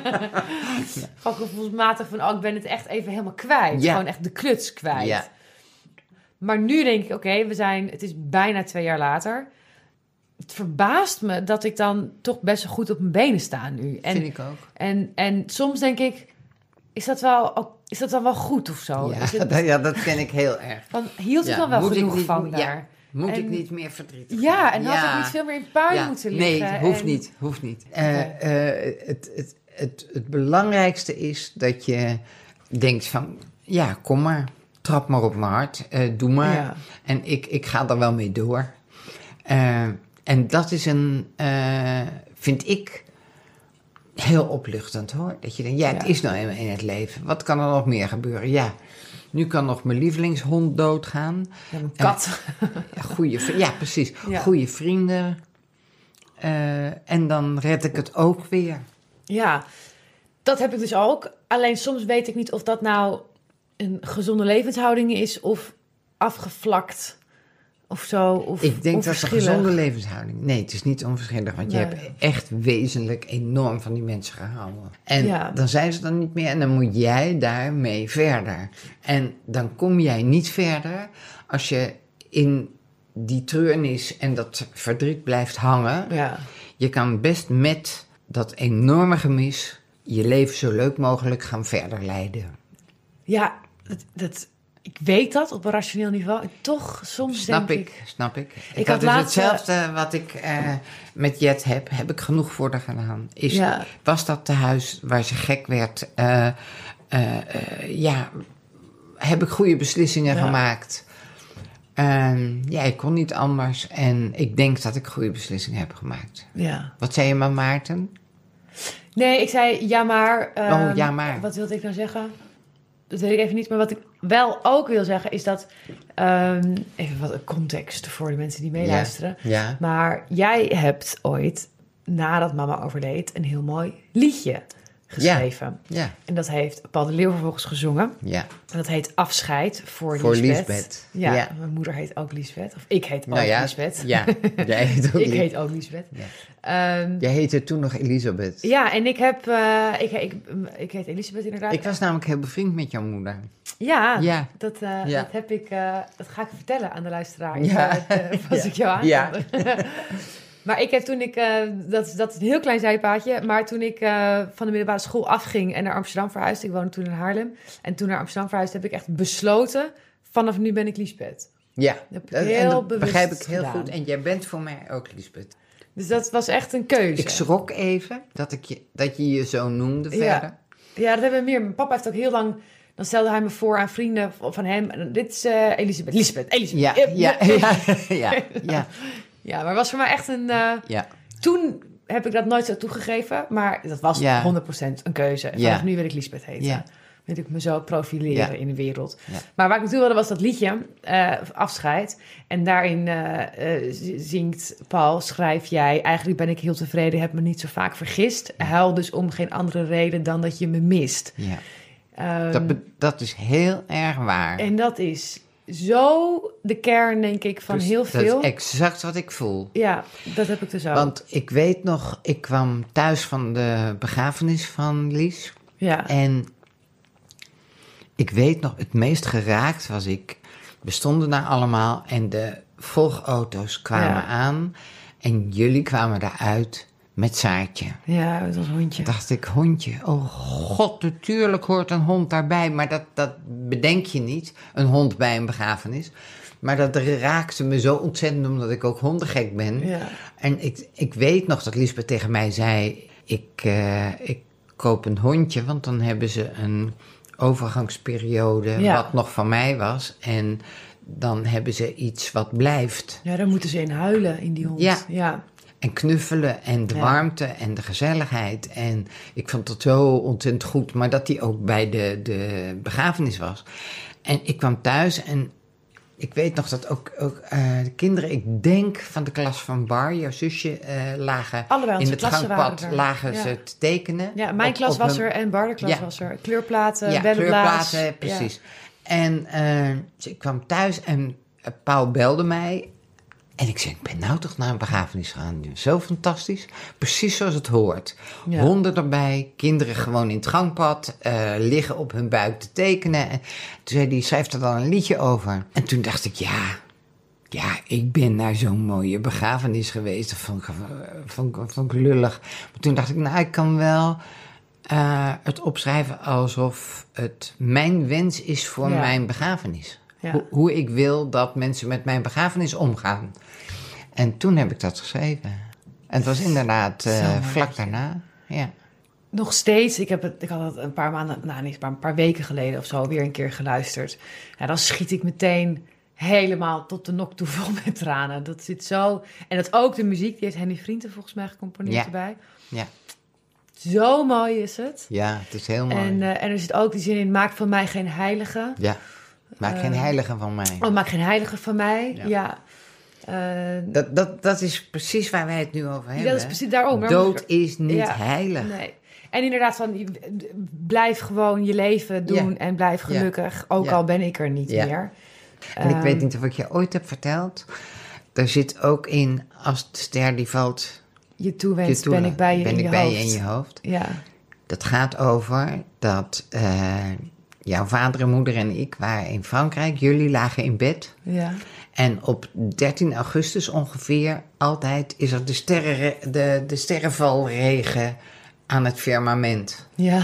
Gewoon gevoelsmatig van, oh, ik ben het echt even helemaal kwijt. Ja. Gewoon echt de kluts kwijt. Ja. Maar nu denk ik, oké, okay, we zijn, het is bijna twee jaar later. Het verbaast me dat ik dan toch best wel goed op mijn benen sta nu. En,
vind ik ook.
En, en soms denk ik, is dat wel, is dat dan wel goed of zo?
Ja,
is het,
dat, ja dat ken ik heel erg.
Van, hield ik ja, dan wel genoeg niet, van daar? Ja,
moet
en,
ik niet meer verdrietig
Ja, en ja. had ik niet veel meer in puin ja, moeten liggen?
Nee, hoeft
en,
niet, hoeft niet. Uh, okay. uh, het, het, het, het belangrijkste is dat je denkt van, ja, kom maar. Trap maar op mijn hart, uh, doe maar. Ja. En ik, ik ga er wel mee door. Uh, en dat is een, uh, vind ik, heel opluchtend hoor. Dat je denkt, ja, het ja. is nou eenmaal in het leven. Wat kan er nog meer gebeuren? Ja, nu kan nog mijn lievelingshond doodgaan.
Ja, een kat.
Uh, goeie, ja, precies. Ja. Goeie vrienden. Uh, en dan red ik het ook weer.
Ja, dat heb ik dus ook. Alleen soms weet ik niet of dat nou een gezonde levenshouding is of afgevlakt of zo. Of
ik denk dat het een gezonde levenshouding. Nee, het is niet onverschillig, want nee. je hebt echt wezenlijk enorm van die mensen gehouden. En ja. dan zijn ze dan niet meer en dan moet jij daarmee verder. En dan kom jij niet verder als je in die treurnis en dat verdriet blijft hangen.
Ja.
Je kan best met dat enorme gemis je leven zo leuk mogelijk gaan verder leiden.
Ja, dat, dat, ik weet dat op een rationeel niveau. En toch, soms
snap
denk
ik.
ik...
Snap ik.
Ik,
ik
had
had dus
laatste...
hetzelfde wat ik uh, met Jet heb. Heb ik genoeg voor haar gedaan. Is, ja. Was dat de huis waar ze gek werd? Uh, uh, uh, ja, heb ik goede beslissingen ja. gemaakt? Uh, ja, ik kon niet anders. En ik denk dat ik goede beslissingen heb gemaakt.
Ja.
Wat zei je maar, Maarten?
Nee, ik zei ja maar. Um,
oh, ja maar.
Wat wilde ik nou zeggen? Dat weet ik even niet. Maar wat ik wel ook wil zeggen is dat... Um, even wat context voor de mensen die meeluisteren.
Ja, ja.
Maar jij hebt ooit, nadat mama overleed, een heel mooi liedje geschreven.
Ja, ja.
En dat heeft Paul de Leeuw vervolgens gezongen.
Ja.
En dat heet Afscheid voor,
voor
Liesbeth.
Liesbeth.
Ja,
ja,
mijn moeder heet ook Liesbeth. Of ik heet ook
nou ja,
Liesbeth.
Ja, jij heet ook
Ik heet ook Liesbeth.
Ja. Um, jij heette toen nog Elisabeth.
Ja, en ik heb... Uh, ik, ik, ik heet Elisabeth inderdaad.
Ik was namelijk heel bevriend met jouw moeder.
Ja,
ja.
Dat, uh,
ja.
dat heb ik... Uh, dat ga ik vertellen aan de luisteraar.
Ja.
Uh, als
ja.
ik jou aan.
Ja.
Maar ik heb toen ik... Uh, dat, dat is een heel klein zijpaadje. Maar toen ik uh, van de middelbare school afging en naar Amsterdam verhuisde... Ik woonde toen in Haarlem. En toen naar Amsterdam verhuisde heb ik echt besloten... Vanaf nu ben ik Liesbeth.
Ja,
dat, heb ik heel en dat
begrijp ik heel
gedaan.
goed. En jij bent voor mij ook Liesbeth.
Dus dat was echt een keuze.
Ik schrok even dat, ik je, dat je je zo noemde verder.
Ja. ja, dat hebben we meer. Mijn papa heeft ook heel lang... Dan stelde hij me voor aan vrienden van hem. Dit is uh, Elisabeth. Liesbeth. Elisabeth.
Ja, ja, ja, ja, ja.
Ja, maar het was voor mij echt een... Uh,
ja.
Toen heb ik dat nooit zo toegegeven. Maar dat was ja. honderd procent een keuze. En vanaf ja. nu wil ik Liesbeth heten. Ja. Wil ik me zo profileren ja. in de wereld. Ja. Maar waar ik naartoe wilde was dat liedje, uh, Afscheid. En daarin uh, uh, zingt Paul, schrijf jij... Eigenlijk ben ik heel tevreden, heb me niet zo vaak vergist. Huil dus om geen andere reden dan dat je me mist.
Ja. Um, dat, be- dat is heel erg waar.
En dat is zo de kern, denk ik, van dus heel veel.
Dat is exact wat ik voel.
Ja, dat heb ik dus ook.
Want ik weet nog, ik kwam thuis van de begrafenis van Lies.
Ja.
En ik weet nog, het meest geraakt was ik. We stonden daar allemaal en de volgauto's kwamen ja. aan. En jullie kwamen eruit met Saartje.
Ja, met ons hondje.
Dacht ik, hondje. Oh god, natuurlijk hoort een hond daarbij. Maar dat, dat bedenk je niet, een hond bij een begrafenis. Maar dat raakte me zo ontzettend, omdat ik ook hondengek ben.
Ja.
En ik, ik weet nog dat Liesbeth tegen mij zei... Ik, uh, ik koop een hondje, want dan hebben ze een overgangsperiode... Ja. wat nog van mij was. En dan hebben ze iets wat blijft.
Ja, daar moeten ze in huilen, in die hond.
Ja.
ja.
En knuffelen en de ja. warmte en de gezelligheid. En ik vond dat zo ontzettend goed. Maar dat die ook bij de, de begrafenis was. En ik kwam thuis en ik weet nog dat ook, ook uh, de kinderen, ik denk van de klas van Bar, jouw zusje, uh, lagen
Allebei
in het gangpad lagen ja. ze te tekenen.
Ja, mijn op, klas op was hun... er en Bar de klas ja. was er. Kleurplaten, ja,
kleurplaten, precies. Ja. En uh, dus ik kwam thuis en uh, Paul belde mij. En ik zei, ik ben nou toch naar een begrafenis gegaan. Zo fantastisch. Precies zoals het hoort. Ja. Honden erbij, kinderen gewoon in het gangpad, uh, liggen op hun buik te tekenen. En toen zei hij, schrijf er dan een liedje over. En toen dacht ik, ja, ja, ik ben naar zo'n mooie begrafenis geweest. Dat vond ik, vond, ik, vond ik lullig. Maar toen dacht ik, nou, ik kan wel uh, het opschrijven alsof het mijn wens is voor ja. mijn begrafenis. Ja. Ho- hoe ik wil dat mensen met mijn begrafenis omgaan. En toen heb ik dat geschreven. En het was inderdaad uh, vlak daarna. Ja.
Nog steeds, ik, heb het, ik had het een paar maanden, nou niet, maar een paar weken geleden of zo weer een keer geluisterd. Ja, dan schiet ik meteen helemaal tot de nok toe vol met tranen. Dat zit zo. En dat ook de muziek, die heeft Henny Vrienden volgens mij gecomponeerd ja. erbij.
Ja.
Zo mooi is het.
Ja, het is heel mooi.
En, uh, en er zit ook die zin in, maak van mij geen heilige.
Ja. Maak geen heilige van mij.
Oh, maak geen heilige van mij, ja. ja.
Uh, dat, dat, dat is precies waar wij het nu over hebben.
Dat is precies daarom.
Dood is niet ja, heilig.
Nee. En inderdaad, van, blijf gewoon je leven doen ja. en blijf gelukkig. Ja. Ook ja. al ben ik er niet ja. meer.
En um, ik weet niet of ik je ooit heb verteld. Er zit ook in, als de ster die valt...
Je toewenst, je toe, ben ik bij je,
ben
in,
ik
je
bij
hoofd.
je in je hoofd.
Ja.
Dat gaat over dat... Uh, jouw vader en moeder en ik waren in Frankrijk. Jullie lagen in bed.
Ja.
En op dertien augustus ongeveer, altijd, is er de, sterren, de, de sterrenvalregen aan het firmament.
Ja.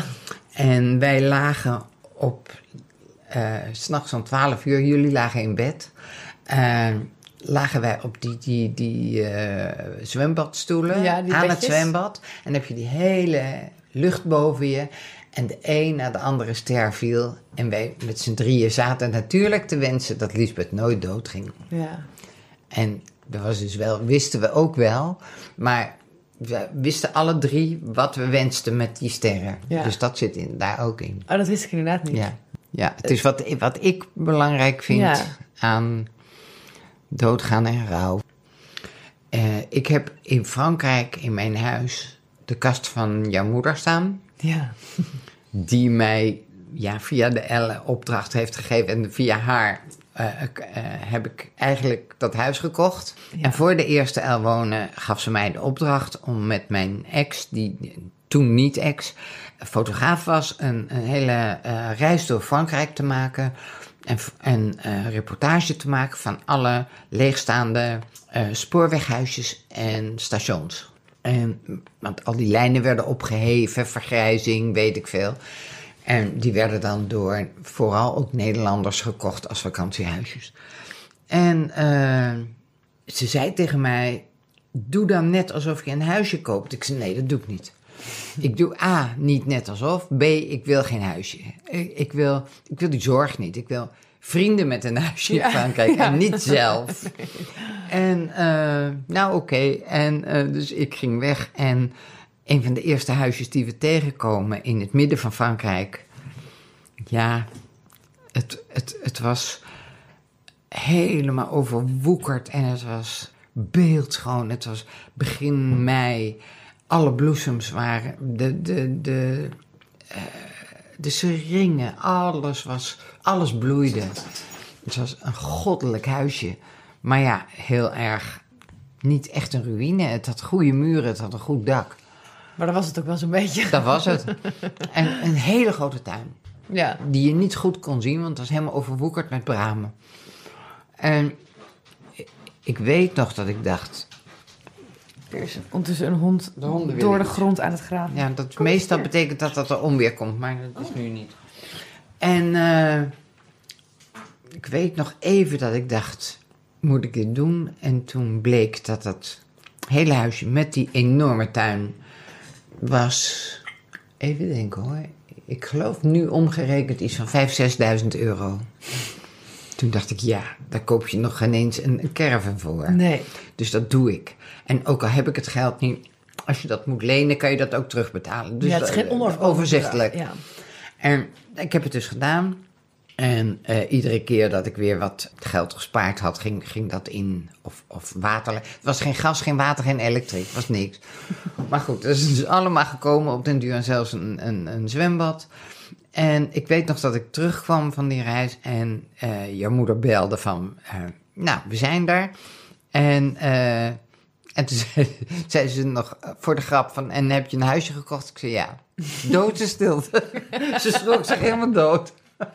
En wij lagen op, uh, 's nachts om twaalf uur, jullie lagen in bed. Uh, lagen wij op die, die, die uh, zwembadstoelen
ja, die
aan
bedjes.
Het zwembad. En dan heb je die hele lucht boven je. En de een na de andere ster viel. En wij met z'n drieën zaten natuurlijk te wensen dat Liesbeth nooit doodging.
Ja.
En dat was dus wel, wisten we ook wel. Maar we wisten alle drie wat we wensten met die sterren. Ja. Dus dat zit in, daar ook in.
Oh, dat wist ik inderdaad niet.
Ja, ja het is wat, wat ik belangrijk vind ja. aan doodgaan en rouw. Uh, ik heb in Frankrijk in mijn huis de kast van jouw moeder staan.
Ja.
Die mij ja, via de Elle opdracht heeft gegeven. En via haar uh, uh, heb ik eigenlijk dat huis gekocht. Ja. En voor de eerste Elle wonen gaf ze mij de opdracht om met mijn ex, die toen niet ex, fotograaf was, een, een hele uh, reis door Frankrijk te maken. En een uh, reportage te maken van alle leegstaande uh, spoorweghuisjes en stations. En, want al die lijnen werden opgeheven, vergrijzing, weet ik veel. En die werden dan door vooral ook Nederlanders gekocht als vakantiehuisjes. En uh, ze zei tegen mij, doe dan net alsof je een huisje koopt. Ik zei, nee, dat doe ik niet. Ik doe A, niet net alsof. B, ik wil geen huisje. Ik, ik, wil, ik wil die zorg niet. Ik wil vrienden met een huisje in Frankrijk ja, ja. en niet zelf. Nee. En uh, nou oké, okay. en uh, dus ik ging weg en een van de eerste huisjes die we tegenkomen in het midden van Frankrijk, ja, het, het, het was helemaal overwoekerd en het was beeldschoon. Het was begin mei, alle bloesems waren, de, de, de, uh, de seringen, alles was, alles bloeide. Het was een goddelijk huisje. Maar ja, heel erg, niet echt een ruïne. Het had goede muren, het had een goed dak.
Maar dat was het ook wel zo'n beetje.
Dat was het. En een hele grote tuin.
Ja.
Die je niet goed kon zien, want het was helemaal overwoekerd met bramen. En ik weet nog dat ik dacht...
Er is ondertussen een hond de door de grond aan het graven.
Ja, dat Kom meestal betekent dat dat er onweer komt, maar dat is oh. nu niet. En uh, ik weet nog even dat ik dacht... moet ik dit doen? En toen bleek dat dat hele huisje met die enorme tuin was... Even denken hoor. Ik geloof nu omgerekend iets van vijfduizend, zesduizend euro. Toen dacht ik, ja, daar koop je nog geen eens een, een caravan voor.
Nee.
Dus dat doe ik. En ook al heb ik het geld niet... Als je dat moet lenen, kan je dat ook terugbetalen. Dus
ja, het is geen onoverzichtelijk.
overzichtelijk. Ja. En ik heb het dus gedaan. En uh, iedere keer dat ik weer wat geld gespaard had, ging, ging dat in. Of, of water. Het was geen gas, geen water, geen elektriek. Het was niks. Maar goed, dat is dus allemaal gekomen op den duur en zelfs een, een, een zwembad. En ik weet nog dat ik terugkwam van die reis en uh, je moeder belde van, uh, nou, we zijn daar. En, uh, en toen zei, zei ze nog voor de grap van, en heb je een huisje gekocht? Ik zei, ja, doodstilte. Ze schrok zich helemaal dood.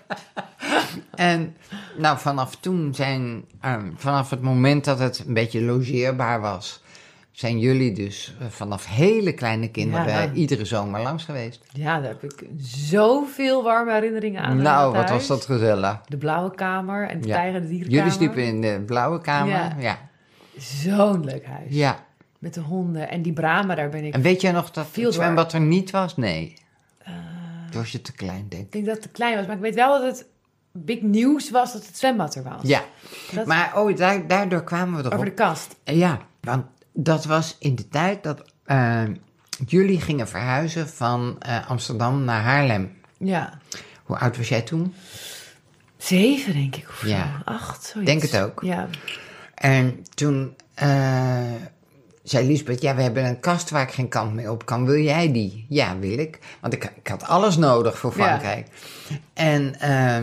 En nou, vanaf toen zijn, um, vanaf het moment dat het een beetje logeerbaar was, zijn jullie dus uh, vanaf hele kleine kinderen ja, nou, iedere zomer langs geweest.
Ja, daar heb ik zoveel warme herinneringen aan.
Nou, wat was dat gezellig.
De blauwe kamer en de
ja.
tijger de dierenkamer.
Jullie sliepen in de blauwe kamer, ja. ja.
Zo'n leuk huis.
Ja.
Met de honden en die bramen, daar ben ik...
En weet jij nog dat het zwembad er niet was? Nee.
Uh,
Toen was je te klein, denk ik.
Ik denk dat het te klein was, maar ik weet wel dat het big nieuws was dat het zwembad er was.
Ja,
dat...
maar oh, daar, daardoor kwamen we erop.
Over de kast.
Ja, want dat was in de tijd dat uh, jullie gingen verhuizen van uh, Amsterdam naar Haarlem.
Ja.
Hoe oud was jij toen?
Zeven, denk ik. Of
ja.
zo. Acht, zoiets.
Denk het ook.
Ja.
En toen uh, zei Liesbeth, ja, we hebben een kast waar ik geen kant mee op kan. Wil jij die? Ja, wil ik. Want ik, ik had alles nodig voor Frankrijk. Ja. En uh,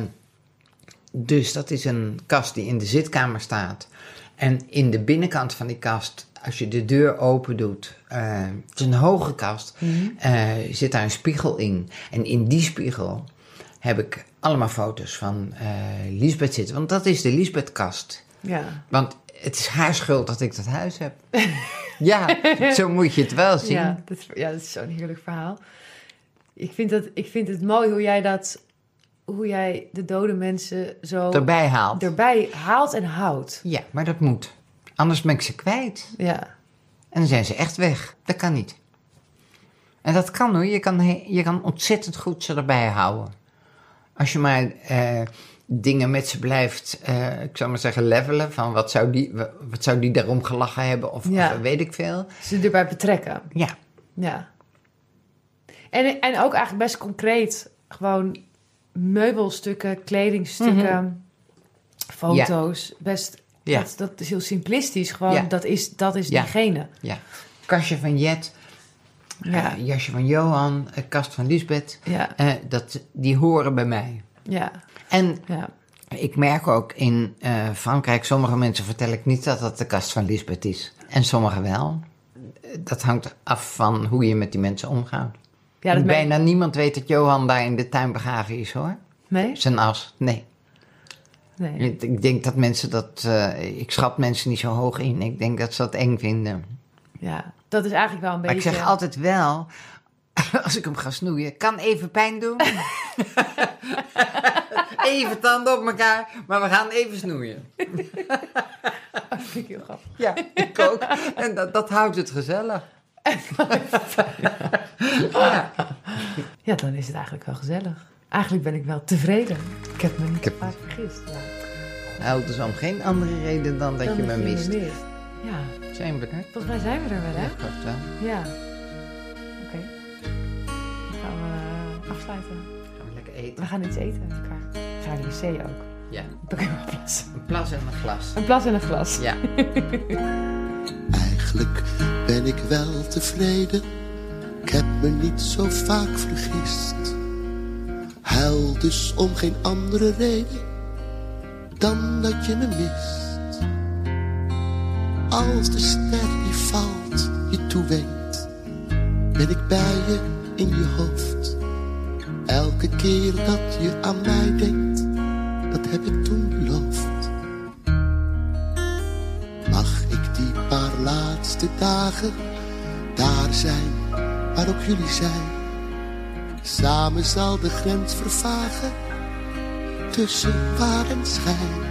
dus dat is een kast die in de zitkamer staat. En in de binnenkant van die kast, als je de deur open doet, uh, het is een hoge kast, mm-hmm. uh, zit daar een spiegel in. En in die spiegel heb ik allemaal foto's van uh, Liesbeth zitten. Want dat is de Liesbeth-kast.
Ja.
Want het is haar schuld dat ik dat huis heb. Ja, zo moet je het wel zien.
Ja, dat, ja, dat is zo'n heerlijk verhaal. Ik vind, dat, ik vind het mooi hoe jij dat, hoe jij de dode mensen zo
erbij haalt.
Erbij haalt en houdt.
Ja, maar dat moet. Anders ben ik ze kwijt.
Ja.
En dan zijn ze echt weg. Dat kan niet. En dat kan hoor. Je kan, je kan ontzettend goed ze erbij houden. Als je maar uh, dingen met ze blijft, uh, ik zou maar zeggen, levelen. Van wat zou die, wat zou die daarom gelachen hebben of,
ja.
of weet ik veel.
Ze erbij betrekken.
Ja.
Ja. En, en ook eigenlijk best concreet. Gewoon meubelstukken, kledingstukken, mm-hmm. foto's. Ja. Best, ja. dat, dat is heel simplistisch. Gewoon, ja. dat is, dat is
ja.
diegene.
Ja. Kastje van Jet.
Ja.
Uh, jasje van Johan, uh, kast van Liesbeth,
ja.
uh, dat, die horen bij mij.
Ja.
En
ja.
ik merk ook in uh, Frankrijk, sommige mensen vertel ik niet dat dat de kast van Liesbeth is. En sommige wel. Dat hangt af van hoe je met die mensen omgaat. Ja, dat bijna me... niemand weet dat Johan daar in de tuin begraven is, hoor.
Nee?
Zijn as, nee.
Nee.
Ik denk dat mensen dat, uh, ik schat mensen niet zo hoog in. Ik denk dat ze dat eng vinden.
Ja. Dat is eigenlijk wel een beetje...
Maar ik zeg altijd wel, als ik hem ga snoeien, kan even pijn doen. Even tanden op elkaar, maar we gaan even snoeien.
Dat vind ik heel grappig.
Ja, ik ook. En dat, dat houdt het gezellig.
Ja. Ja, dan is het eigenlijk wel gezellig. Eigenlijk ben ik wel tevreden. Ik heb me niet heb... vaak vergist. Ja.
Nou, dus om geen andere reden dan dat dan je me je mist.
mist. Ja.
Zijn we er?
Volgens mij zijn we er wel, hè?
Ja, geloof wel.
Ja. Oké. Okay. Dan gaan we uh, afsluiten.
Gaan we lekker eten.
We gaan iets eten met elkaar. Ga naar de wc ook.
Ja.
Dan kunnen we plas.
Een plas en een glas.
Een plas en een glas.
Ja.
Eigenlijk ben ik wel tevreden. Ik heb me niet zo vaak vergist. Huil dus om geen andere reden dan dat je me mist. Als de ster die valt je toewenkt, ben ik bij je in je hoofd. Elke keer dat je aan mij denkt, dat heb ik toen beloofd. Mag ik die paar laatste dagen daar zijn waar ook jullie zijn? Samen zal de grens vervagen tussen waar en schijn.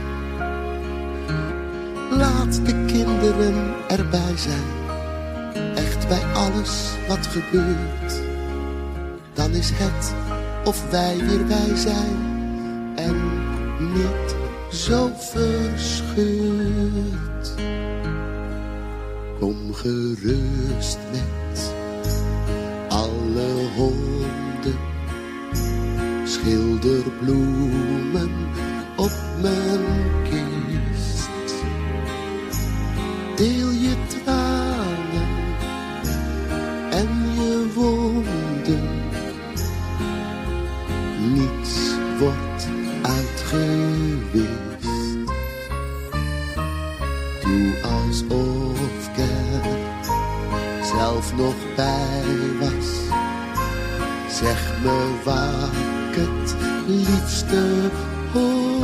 Laat de kinderen erbij zijn, echt bij alles wat gebeurt. Dan is het of wij weer wij zijn en niet zo verscheurd. Kom gerust met alle honden, schilder bloemen uitgewist. Doe alsof ik er zelf nog bij was. Zeg me wat ik het liefste hoor.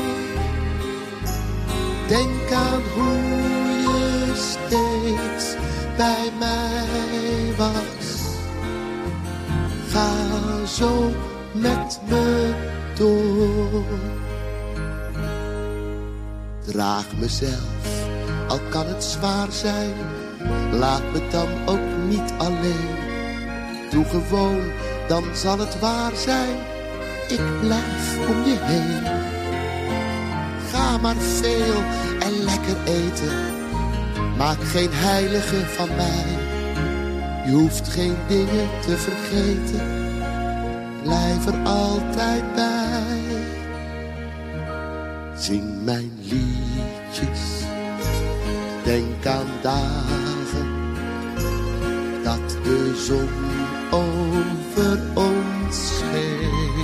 Denk aan hoe je steeds bij mij was. Ga zo met me door. Draag mezelf, al kan het zwaar zijn. Laat me dan ook niet alleen. Doe gewoon, dan zal het waar zijn. Ik blijf om je heen. Ga maar veel en lekker eten. Maak geen heilige van mij. Je hoeft geen dingen te vergeten. Blijf er altijd bij. Zing mijn liedjes. Denk aan dagen dat de zon over ons scheen.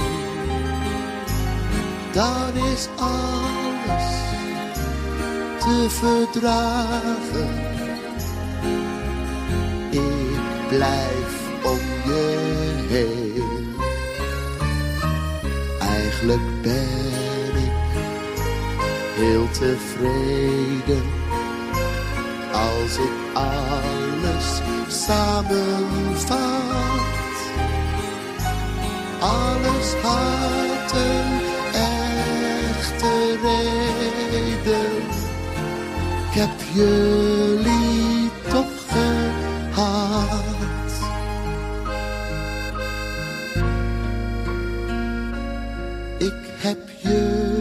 Dan is alles te verdragen. Ik blijf om je heen. Eigenlijk ben ik heel tevreden als ik alles samenvat. Alles had een echte reden. Ik heb jullie toch gehad. Ik heb jullie